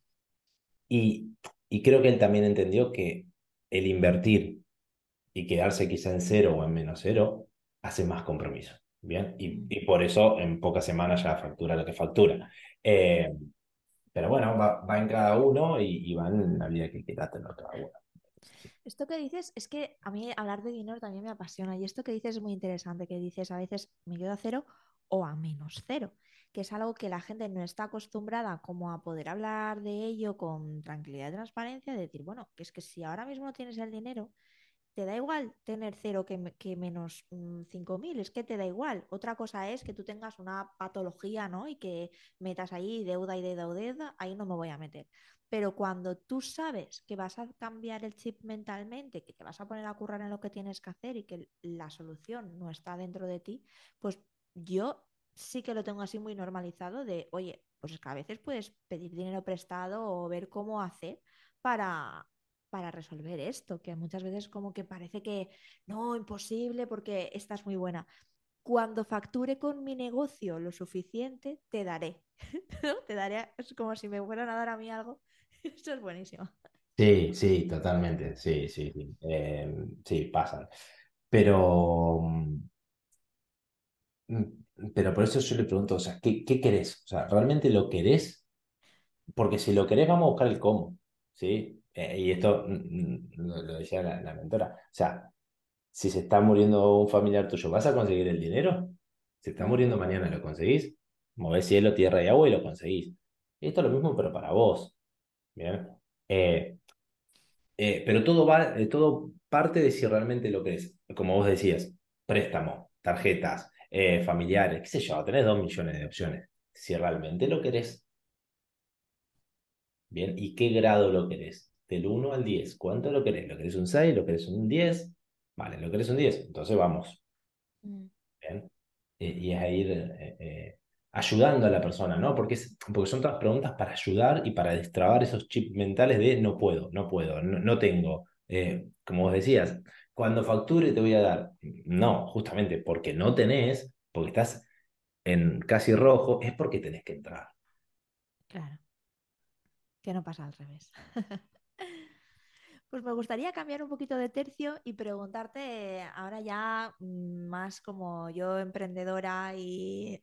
Y, y creo que él también entendió que el invertir y quedarse quizá en cero o en menos cero hace más compromiso. Bien, y, mm. y por eso en pocas semanas ya factura lo que factura. Eh, pero bueno, va, va en cada uno y, y va en la vida que quiera tener cada uno. Esto que dices es que a mí hablar de dinero también me apasiona y esto que dices es muy interesante, que dices a veces me quedo a cero o a menos cero, que es algo que la gente no está acostumbrada como a poder hablar de ello con tranquilidad y transparencia, de decir, bueno, que es que si ahora mismo no tienes el dinero, te da igual tener cero que, me- que menos mm, cinco mil, es que te da igual. Otra cosa es que tú tengas una patología, ¿no? Y que metas ahí deuda y deuda o deuda, ahí no me voy a meter. Pero cuando tú sabes que vas a cambiar el chip mentalmente, que te vas a poner a currar en lo que tienes que hacer y que la solución no está dentro de ti, pues yo sí que lo tengo así muy normalizado de, oye, pues es que a veces puedes pedir dinero prestado o ver cómo hacer para, para resolver esto, que muchas veces como que parece que no, imposible porque esta es muy buena. Cuando facture con mi negocio lo suficiente, te daré. ¿No? Te daré, es como si me fueran a dar a mí algo. Eso es buenísimo. Sí, sí, totalmente, sí, sí, sí, Eh, sí, pasan. Pero, mm, pero por eso yo le pregunto, o sea, ¿qué, qué querés? O sea, ¿realmente lo querés? Porque si lo querés, vamos a buscar el cómo, ¿sí? Eh, y esto mm, mm, lo, lo decía la, la mentora. O sea, si se está muriendo un familiar tuyo, ¿vas a conseguir el dinero? Se está Mm, muriendo mañana, ¿lo conseguís? Movés cielo, tierra y agua y lo conseguís. Y esto es lo mismo, pero para vos. ¿Bien? Eh, eh, pero todo va, eh, todo parte de si realmente lo querés. Como vos decías, préstamo, tarjetas, eh, familiares, qué sé yo, tenés dos millones de opciones. Si realmente lo querés. Bien, ¿y qué grado lo querés? Del uno al diez. ¿Cuánto lo querés? ¿Lo querés un seis? ¿Lo querés un diez? Vale, ¿lo querés un diez? Entonces vamos. mm, Bien. Eh, y es a ir eh, eh, ayudando a la persona, ¿no? Porque, es, porque son todas preguntas para ayudar y para destrabar esos chips mentales de no puedo, no puedo, no, no tengo. Eh, como vos decías, cuando facture te voy a dar. No, justamente porque no tenés, porque estás en casi rojo, es porque tenés que entrar. claro, que no pasa al revés. Pues me gustaría cambiar un poquito de tercio y preguntarte ahora ya mm, más como yo emprendedora y,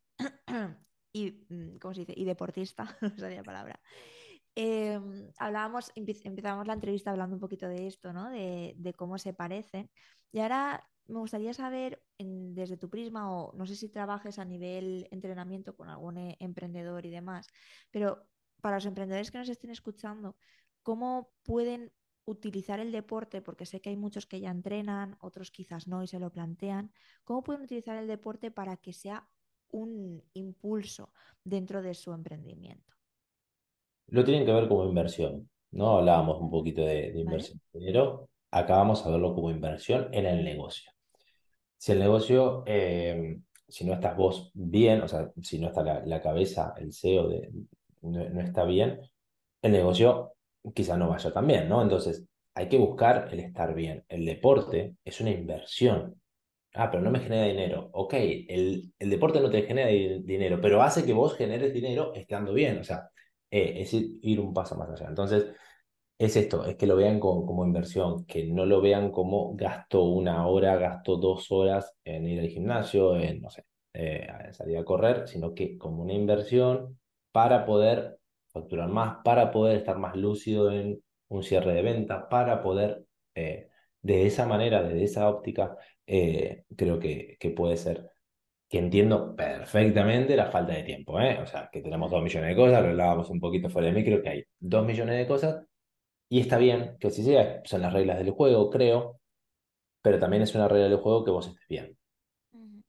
y mm, ¿cómo se dice? Y deportista, no sabía la palabra. Eh, hablábamos, empe- empezamos la entrevista hablando un poquito de esto, ¿no? De, de cómo se parecen. Y ahora me gustaría saber, en- desde tu prisma, o no sé si trabajes a nivel entrenamiento con algún eh, emprendedor y demás, pero para los emprendedores que nos estén escuchando, ¿cómo pueden utilizar el deporte? Porque sé que hay muchos que ya entrenan, otros quizás no y se lo plantean. ¿Cómo pueden utilizar el deporte para que sea un impulso dentro de su emprendimiento? Lo tienen que ver como inversión, ¿no? Hablábamos un Ujú. poquito de, de ¿Vale? inversión, pero acá vamos a verlo como inversión en el negocio. Si el negocio, eh, si no estás vos bien, o sea, si no está la, la cabeza, el C E O de, no, no está bien, el negocio quizá no vaya tan bien, ¿no? Entonces, hay que buscar el estar bien. El deporte es una inversión. Ah, pero no me genera dinero. Ok, el, el deporte no te genera di- dinero, pero hace que vos generes dinero estando bien. O sea, eh, es ir, ir un paso más allá. Entonces, es esto, es que lo vean como, como inversión, que no lo vean como gasto una hora, gasto dos horas en ir al gimnasio, en, no sé, eh, a salir a correr, sino que como una inversión para poder facturar más, para poder estar más lúcido en un cierre de venta para poder, eh, de esa manera, desde esa óptica, eh, creo que, que puede ser que entiendo perfectamente la falta de tiempo, ¿eh? O sea, que tenemos dos Mm, millones de cosas, lo hablábamos un poquito fuera de micro, que hay dos millones de cosas, y está bien que así sea, son las reglas del juego, creo, pero también es una regla del juego que vos estés bien. ujú.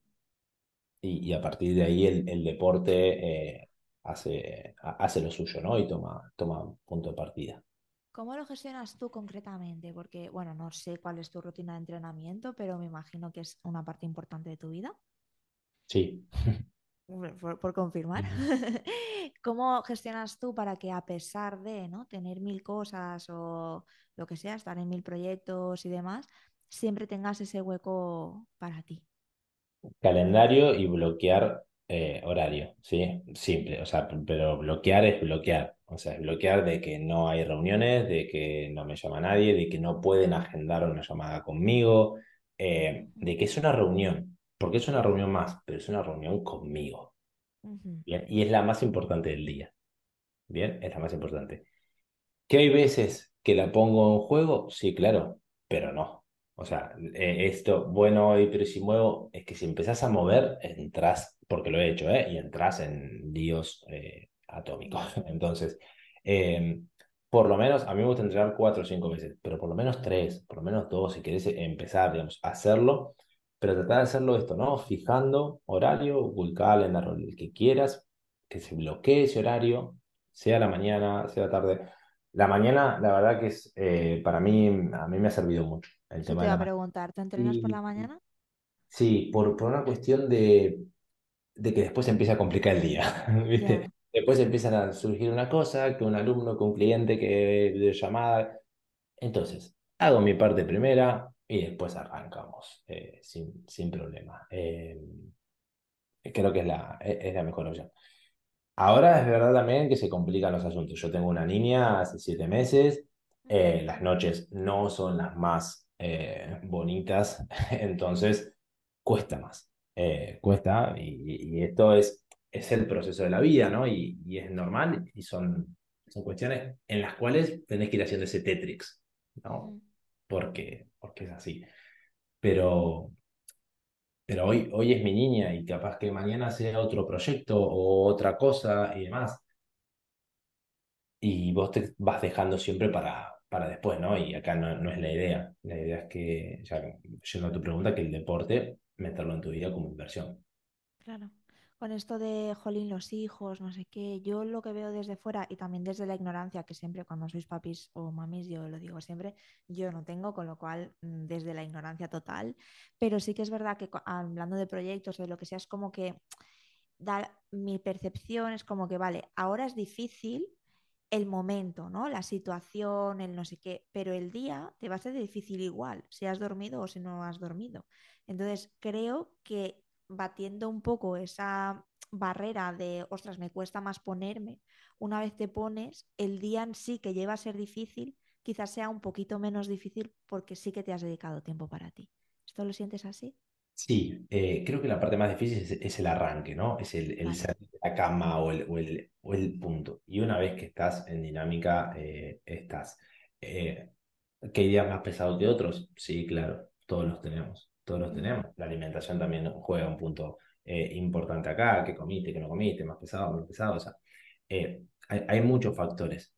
Y, y a partir de ahí el, el deporte eh, hace, ha- hace lo suyo, ¿no? Y toma, toma punto de partida. ¿Cómo lo gestionas tú concretamente? Porque, bueno, no sé cuál es tu rutina de entrenamiento, pero me imagino que es una parte importante de tu vida. Sí. Por, por- por confirmar. ¿Cómo gestionas tú para que a pesar de, ¿no?, tener mil cosas o lo que sea, estar en mil proyectos y demás, siempre tengas ese hueco para ti? Calendario y bloquear eh, horario, ¿sí? Simple, o sea, p- pero bloquear es bloquear, o sea, es bloquear de que no hay reuniones, de que no me llama nadie, de que no pueden agendar una llamada conmigo, eh, Ujú, de que es una reunión, porque es una reunión más, pero es una reunión conmigo, ujú, ¿bien? Y es la más importante del día, ¿bien? Es la más importante. ¿Que hay veces que la pongo en juego? Sí, claro, pero no. O sea, eh, esto, bueno, hoy, pero si muevo, es que si empezás a mover, entras, porque lo he hecho, ¿eh? Y entras en líos eh, atómicos. ya, Entonces, eh, por lo menos, a mí me gusta entrenar cuatro o cinco veces, pero por lo menos tres, por lo menos dos, si querés empezar, digamos, a hacerlo, pero tratar de hacerlo esto, ¿no? Fijando horario, Google Calendar, o el que quieras, que se bloquee ese horario, sea la mañana, sea la tarde. La mañana, la verdad que es, eh, para mí, a mí me ha servido mucho el eso tema te de iba la a mañana. preguntar. ¿Te entrenas por Y la mañana? sí, por, por una cuestión de, de que después se empieza a complicar el día, Ya, ¿viste? Después empiezan a surgir una cosa, que un alumno, que un cliente, que de llamada. Entonces, hago mi parte primera y después arrancamos eh, sin, sin problema. Eh, creo que es la, es es la mejor opción. Ahora es verdad también que se complican los asuntos. Yo tengo una niña hace siete meses, ujú, eh, las noches no son las más eh, bonitas, entonces cuesta más. Eh, cuesta y, y esto es, es el proceso de la vida, ¿no? Y, y es normal y son, son cuestiones en las cuales tenés que ir haciendo ese Tetrix, ¿no? ujú. Porque, porque es así. Pero, pero hoy, hoy es mi niña y capaz que mañana sea otro proyecto o otra cosa y demás y vos te vas dejando siempre para, para después, ¿no? Y acá no, no es la idea. La idea es que, ya yendo a tu pregunta, que el deporte, meterlo en tu vida como inversión. Claro. Con esto de, jolín, los hijos, no sé qué, yo lo que veo desde fuera y también desde la ignorancia, que siempre cuando sois papis o mamis, yo lo digo siempre, yo no tengo, con lo cual, mm, desde la ignorancia total, pero sí que es verdad que cu- hablando de proyectos o de lo que sea, es como que da, mi percepción es como que, vale, ahora es difícil el momento, ¿no? La situación, el no sé qué, pero el día te va a ser difícil igual, si has dormido o si no has dormido. Entonces, creo que batiendo un poco esa barrera de, ostras, me cuesta más ponerme, una vez te pones, el día en sí que lleva a ser difícil, quizás sea un poquito menos difícil porque sí que te has dedicado tiempo para ti. ¿Esto lo sientes así? Sí, eh, creo que la parte más difícil es, es el arranque, ¿no? Es el, el Vale. salir de la cama o el, o el, o el punto. Y una vez que estás en dinámica, eh, estás. Eh, ¿qué días más pesados que otros? Sí, claro, todos los tenemos, todos los Ujú. tenemos. La alimentación también juega un punto eh, importante acá, qué comiste, qué no comiste, más pesado, menos pesado, o sea, eh, hay, hay muchos factores.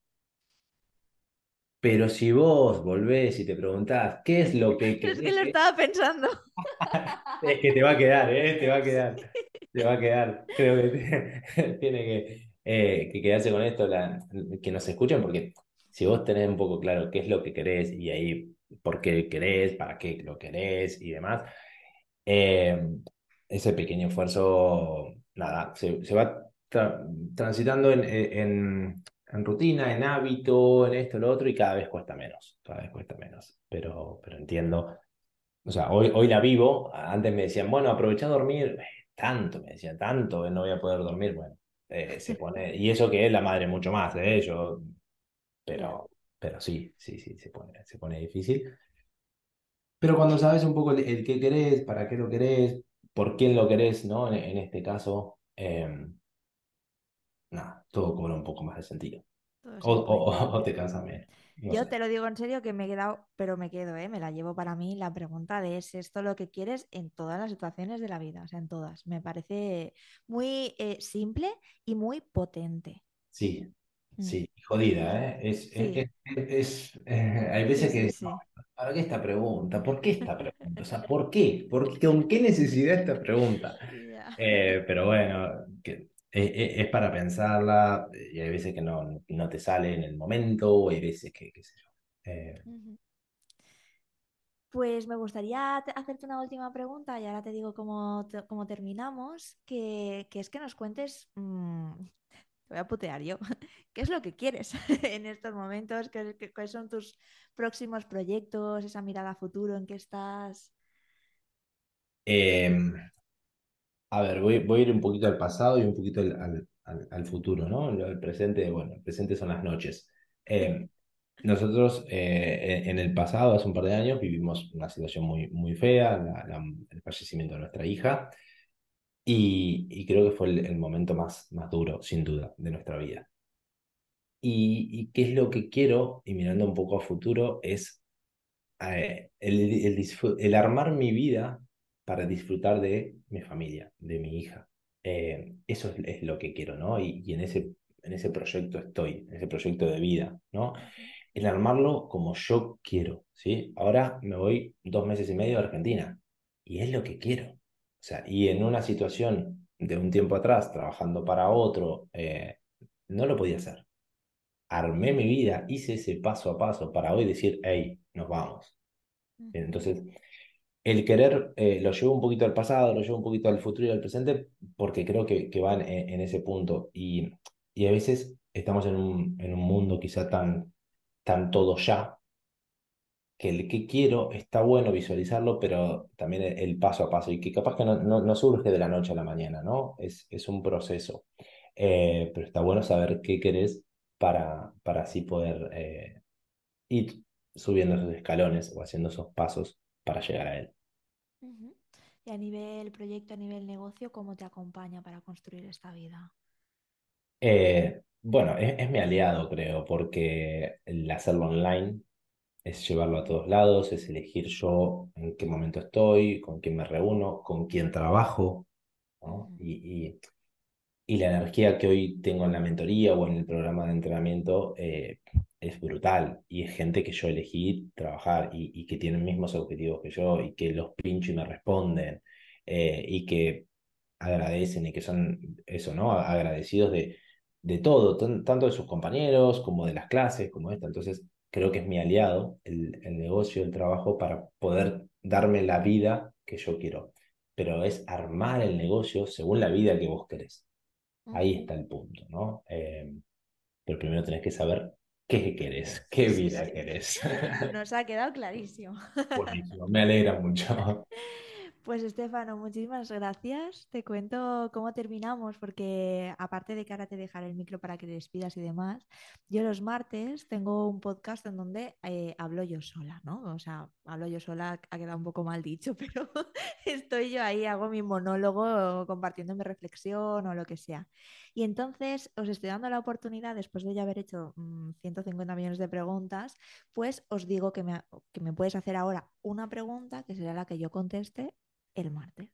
Pero si vos volvés y te preguntás, ¿qué es lo que Es que lo querés? estaba pensando. Es que te va a quedar, ¿eh? Te va a quedar, te va a quedar. Creo que te- tiene que, eh, que quedarse con esto, la, que nos escuchen, porque si vos tenés un poco claro qué es lo que querés y ahí por qué querés, para qué lo querés y demás, eh, ese pequeño esfuerzo, nada, se, se va tra- transitando en, en, en rutina, en hábito, en esto, lo otro, y cada vez cuesta menos, cada vez cuesta menos. Pero, pero entiendo. O sea, hoy, hoy la vivo. Antes me decían, bueno, aprovecha a dormir. Eh, tanto, me decían, tanto que no voy a poder dormir. Bueno, eh, se pone. Y eso que es la madre mucho más de ellos. Ya. Pero, pero sí, sí, sí, se pone, se pone difícil. Pero cuando sabes un poco el, el qué querés, para qué lo querés, por quién lo querés, ¿no? En, en este caso, eh, nada, todo cobra un poco más de sentido. todo O, se o, puede. o te cansas menos. No Yo sé. te lo digo en serio que me he quedado, pero me quedo, ¿eh? Me la llevo para mí la pregunta de ¿es esto lo que quieres en todas las situaciones de la vida? O sea, en todas. Me parece muy eh, simple y muy potente. Sí, Mm. sí, jodida, ¿eh? Es, es, Sí, es, es- eh, hay sí, veces que sí, decimos, sí. ¿para qué esta pregunta? ¿Por qué esta pregunta? O sea, ¿por qué? ¿Por qué? ¿Con qué necesidad esta pregunta? Ya. Eh, pero bueno, que, eh, eh, es para pensarla y hay veces que no, no te sale en el momento o hay veces que, qué sé yo. Eh, Ujú. Pues me gustaría te- hacerte una última pregunta y ahora te digo cómo, te- cómo terminamos, que, que es que nos cuentes, mm, te voy a putear yo, ¿qué es lo que quieres en estos momentos? ¿Qué, qué- cuáles son tus próximos proyectos, esa mirada a futuro en que estás? em, A ver, voy, voy a ir un poquito al pasado y un poquito al, al, al- al futuro, ¿no? Lo del presente, bueno, el presente son las noches. Eh, nosotros eh, en en el pasado, hace un par de años, vivimos una situación muy, muy fea, la- la- el fallecimiento de nuestra hija, y, y creo que fue el, el momento más, más duro, sin duda, de nuestra vida. Y, y qué es lo que quiero, y mirando un poco a futuro, es eh, el, el, disfr- el armar mi vida para disfrutar de mi familia, de mi hija. Eh, eso es, es lo que quiero, ¿no? Y, y en ese, en ese proyecto estoy, en ese proyecto de vida, ¿no? Ujú, El armarlo como yo quiero, ¿sí? Ahora me voy dos meses y medio a Argentina y es lo que quiero. O sea, y en una situación de un tiempo atrás, trabajando para otro, eh, no lo podía hacer. Armé mi vida, hice ese paso a paso para hoy decir, hey, nos vamos. ujú, Entonces, el querer eh, lo llevo un poquito al pasado, lo llevo un poquito al futuro y al presente, porque creo que, que van en, en ese punto. Y, y a veces estamos en un, en un mundo quizá tan, tan todo ya, que el que quiero está bueno visualizarlo, pero también el, el paso a paso, y que capaz que no, no, no surge de la noche a la mañana, ¿no? Es, es un proceso. Eh, pero está bueno saber qué querés para, para así poder eh, ir subiendo esos escalones o haciendo esos pasos para llegar a él. ujú. Y a nivel proyecto, a nivel negocio, ¿cómo te acompaña para construir esta vida? Eh, bueno, es, es mi aliado, creo, porque el hacerlo online es llevarlo a Ujú, todos lados, es elegir yo en qué momento estoy, con quién me reúno, con quién trabajo, ¿no? ujú, Y, y, y la energía que hoy tengo en la mentoría o en el programa de entrenamiento eh, es brutal. Y es gente que yo elegí trabajar y, y que tienen mismos objetivos que yo y que los pincho y me responden eh, y que agradecen y que son eso, ¿no? Agradecidos de, de todo, tan- tanto de sus compañeros como de las clases, como esta. Entonces, creo que es mi aliado el, el negocio, el trabajo para poder darme la vida que yo quiero. Pero es armar el negocio según la vida que vos querés. Ahí ujú. está el punto, ¿no? Eh, pero primero tenés que saber qué querés, qué Sí, sí, vida sí. querés. Nos ha quedado clarísimo. Buenísimo, me alegra mucho. Pues Estefano, muchísimas gracias. Te cuento cómo terminamos, porque aparte de que ahora te dejaré el micro para que te despidas y demás, yo los martes tengo un podcast en donde eh, hablo yo sola, ¿no? O sea, hablo yo sola, ha quedado un poco mal dicho, pero estoy yo ahí, hago mi monólogo compartiendo mi reflexión o lo que sea. Y entonces os estoy dando la oportunidad, después de ya haber hecho mm, ciento cincuenta millones de preguntas, pues os digo que me, que me puedes hacer ahora una pregunta que será la que yo conteste el martes.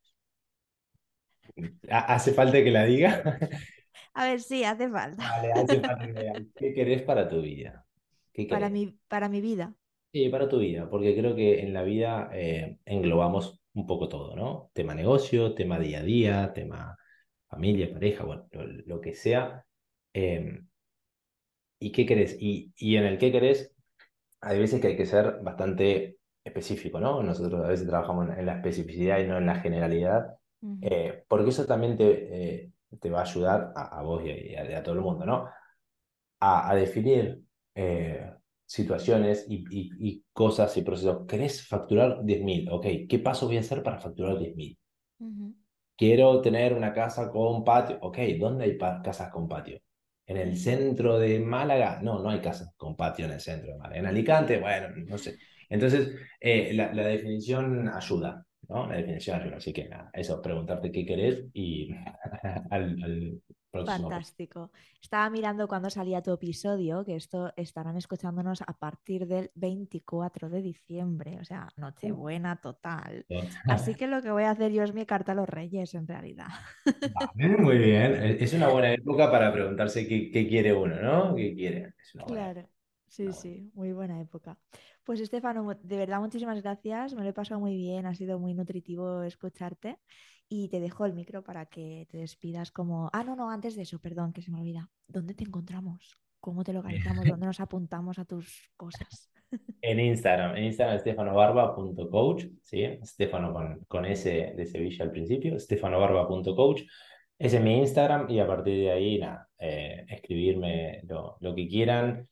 Ha- ¿Hace falta que la diga? A ver, sí, hace falta. Vale, hace falta que la diga. ¿Qué querés para tu vida? ¿Qué Para querés? mi, para mi vida. Sí, para tu vida, porque creo que en la vida eh, englobamos un poco todo, ¿no? Tema negocio, tema día a día, tema familia, pareja, bueno, lo, lo que sea. Eh, ¿Y qué querés? Y, y en el qué querés, hay veces que hay que ser bastante específico, ¿no? Nosotros a veces trabajamos en, en la especificidad y no en la generalidad, Ujú, eh, porque eso también te, eh, te va a ayudar a, a vos y a, y a- y a todo el mundo, ¿no? A, a definir eh, situaciones y, y- y cosas y procesos. ¿Querés facturar diez mil? Ok, ¿qué paso voy a hacer para facturar diez mil? ujú, Quiero tener una casa con patio. Ok, ¿dónde hay pa- casas con patio? ¿En el ujú, centro de Málaga? No, no hay casas con patio en el centro de Málaga. ¿En Alicante? Bueno, no sé. Entonces, eh, la, la definición ayuda, ¿no? La definición ayuda. Así que nada, eso, preguntarte qué querés y al, al- próximo. Fantástico. Estaba mirando cuando salía tu episodio, que esto estarán escuchándonos a partir del veinticuatro de diciembre, o sea, Nochebuena total. Así que lo que voy a hacer yo es mi carta a los Reyes, en realidad. Vale, muy bien. Es es una buena época para preguntarse qué, qué quiere uno, ¿no? ¿Qué quiere? Es una buena época. Claro, sí, Una buena- sí, muy buena época. Pues Estefano, mu- de verdad muchísimas gracias, me lo he pasado muy bien, ha sido muy nutritivo escucharte y te dejo el micro para que te despidas como... Ah, no, no, antes de eso, perdón, que se me olvida. ¿Dónde te encontramos? ¿Cómo te localizamos? ¿Dónde nos apuntamos a tus cosas? En Instagram, en Instagram stefanobarba.coach, ¿sí? Stefano con, con S de Sevilla al principio, stefanobarba.coach. Ese es mi Instagram y a partir de ahí, nada, eh, escribirme lo, lo que quieran.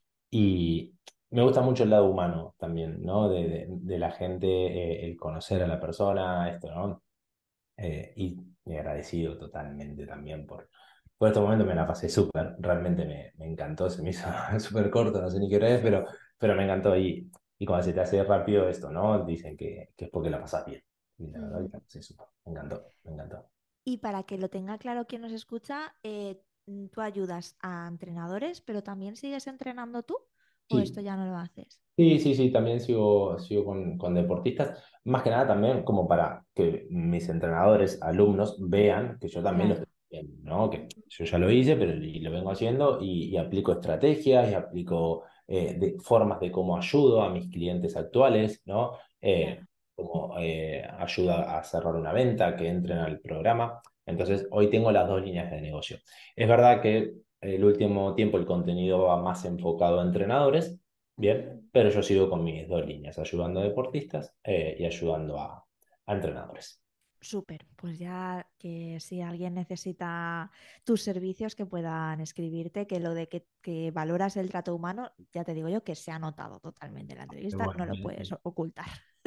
Y me gusta mucho el lado humano también, ¿no? De, de, de la gente, eh, el conocer a la persona, esto, ¿no? Eh, y, y agradecido totalmente también por, por este momento, me la pasé súper, realmente me, me encantó, se me hizo súper corto, no sé ni qué hora es, pero, pero me encantó y, y cuando se te hace rápido esto, ¿no? Dicen que, que es porque la pasas bien. Y la verdad Ujú. que la pasé súper, me encantó, me encantó. Y para que lo tenga claro quien nos escucha, eh, mm, tú ayudas a entrenadores, pero también sigues entrenando tú o esto Sí, ya no lo haces. sí, sí, sí, también sigo, sigo con, con deportistas, más que nada también como para que mis entrenadores, alumnos, vean que yo también lo Claro. estoy haciendo, ¿no? Que yo ya lo hice, pero y lo vengo haciendo y, y aplico estrategias y aplico eh, de, formas de cómo ayudo a mis clientes actuales, ¿no? Eh, Claro. como eh, ayuda a cerrar una venta, que entren al programa. Entonces, hoy tengo las dos líneas de negocio. Es verdad que el último tiempo el contenido va más enfocado a entrenadores. Bien, pero yo sigo con mis dos líneas, ayudando a deportistas eh, y ayudando a, a entrenadores. Súper, pues ya que si alguien necesita tus servicios que puedan escribirte, que lo de que, que valoras el trato humano, ya te digo yo que se ha notado totalmente en la entrevista, Bueno, no lo me, puedes o- ocultar.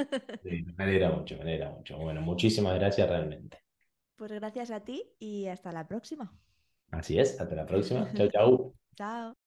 me alegra mucho, me alegra mucho. Bueno, muchísimas gracias realmente. Pues gracias a ti y hasta la próxima. Así es, hasta la próxima. Chau, chau. Chao.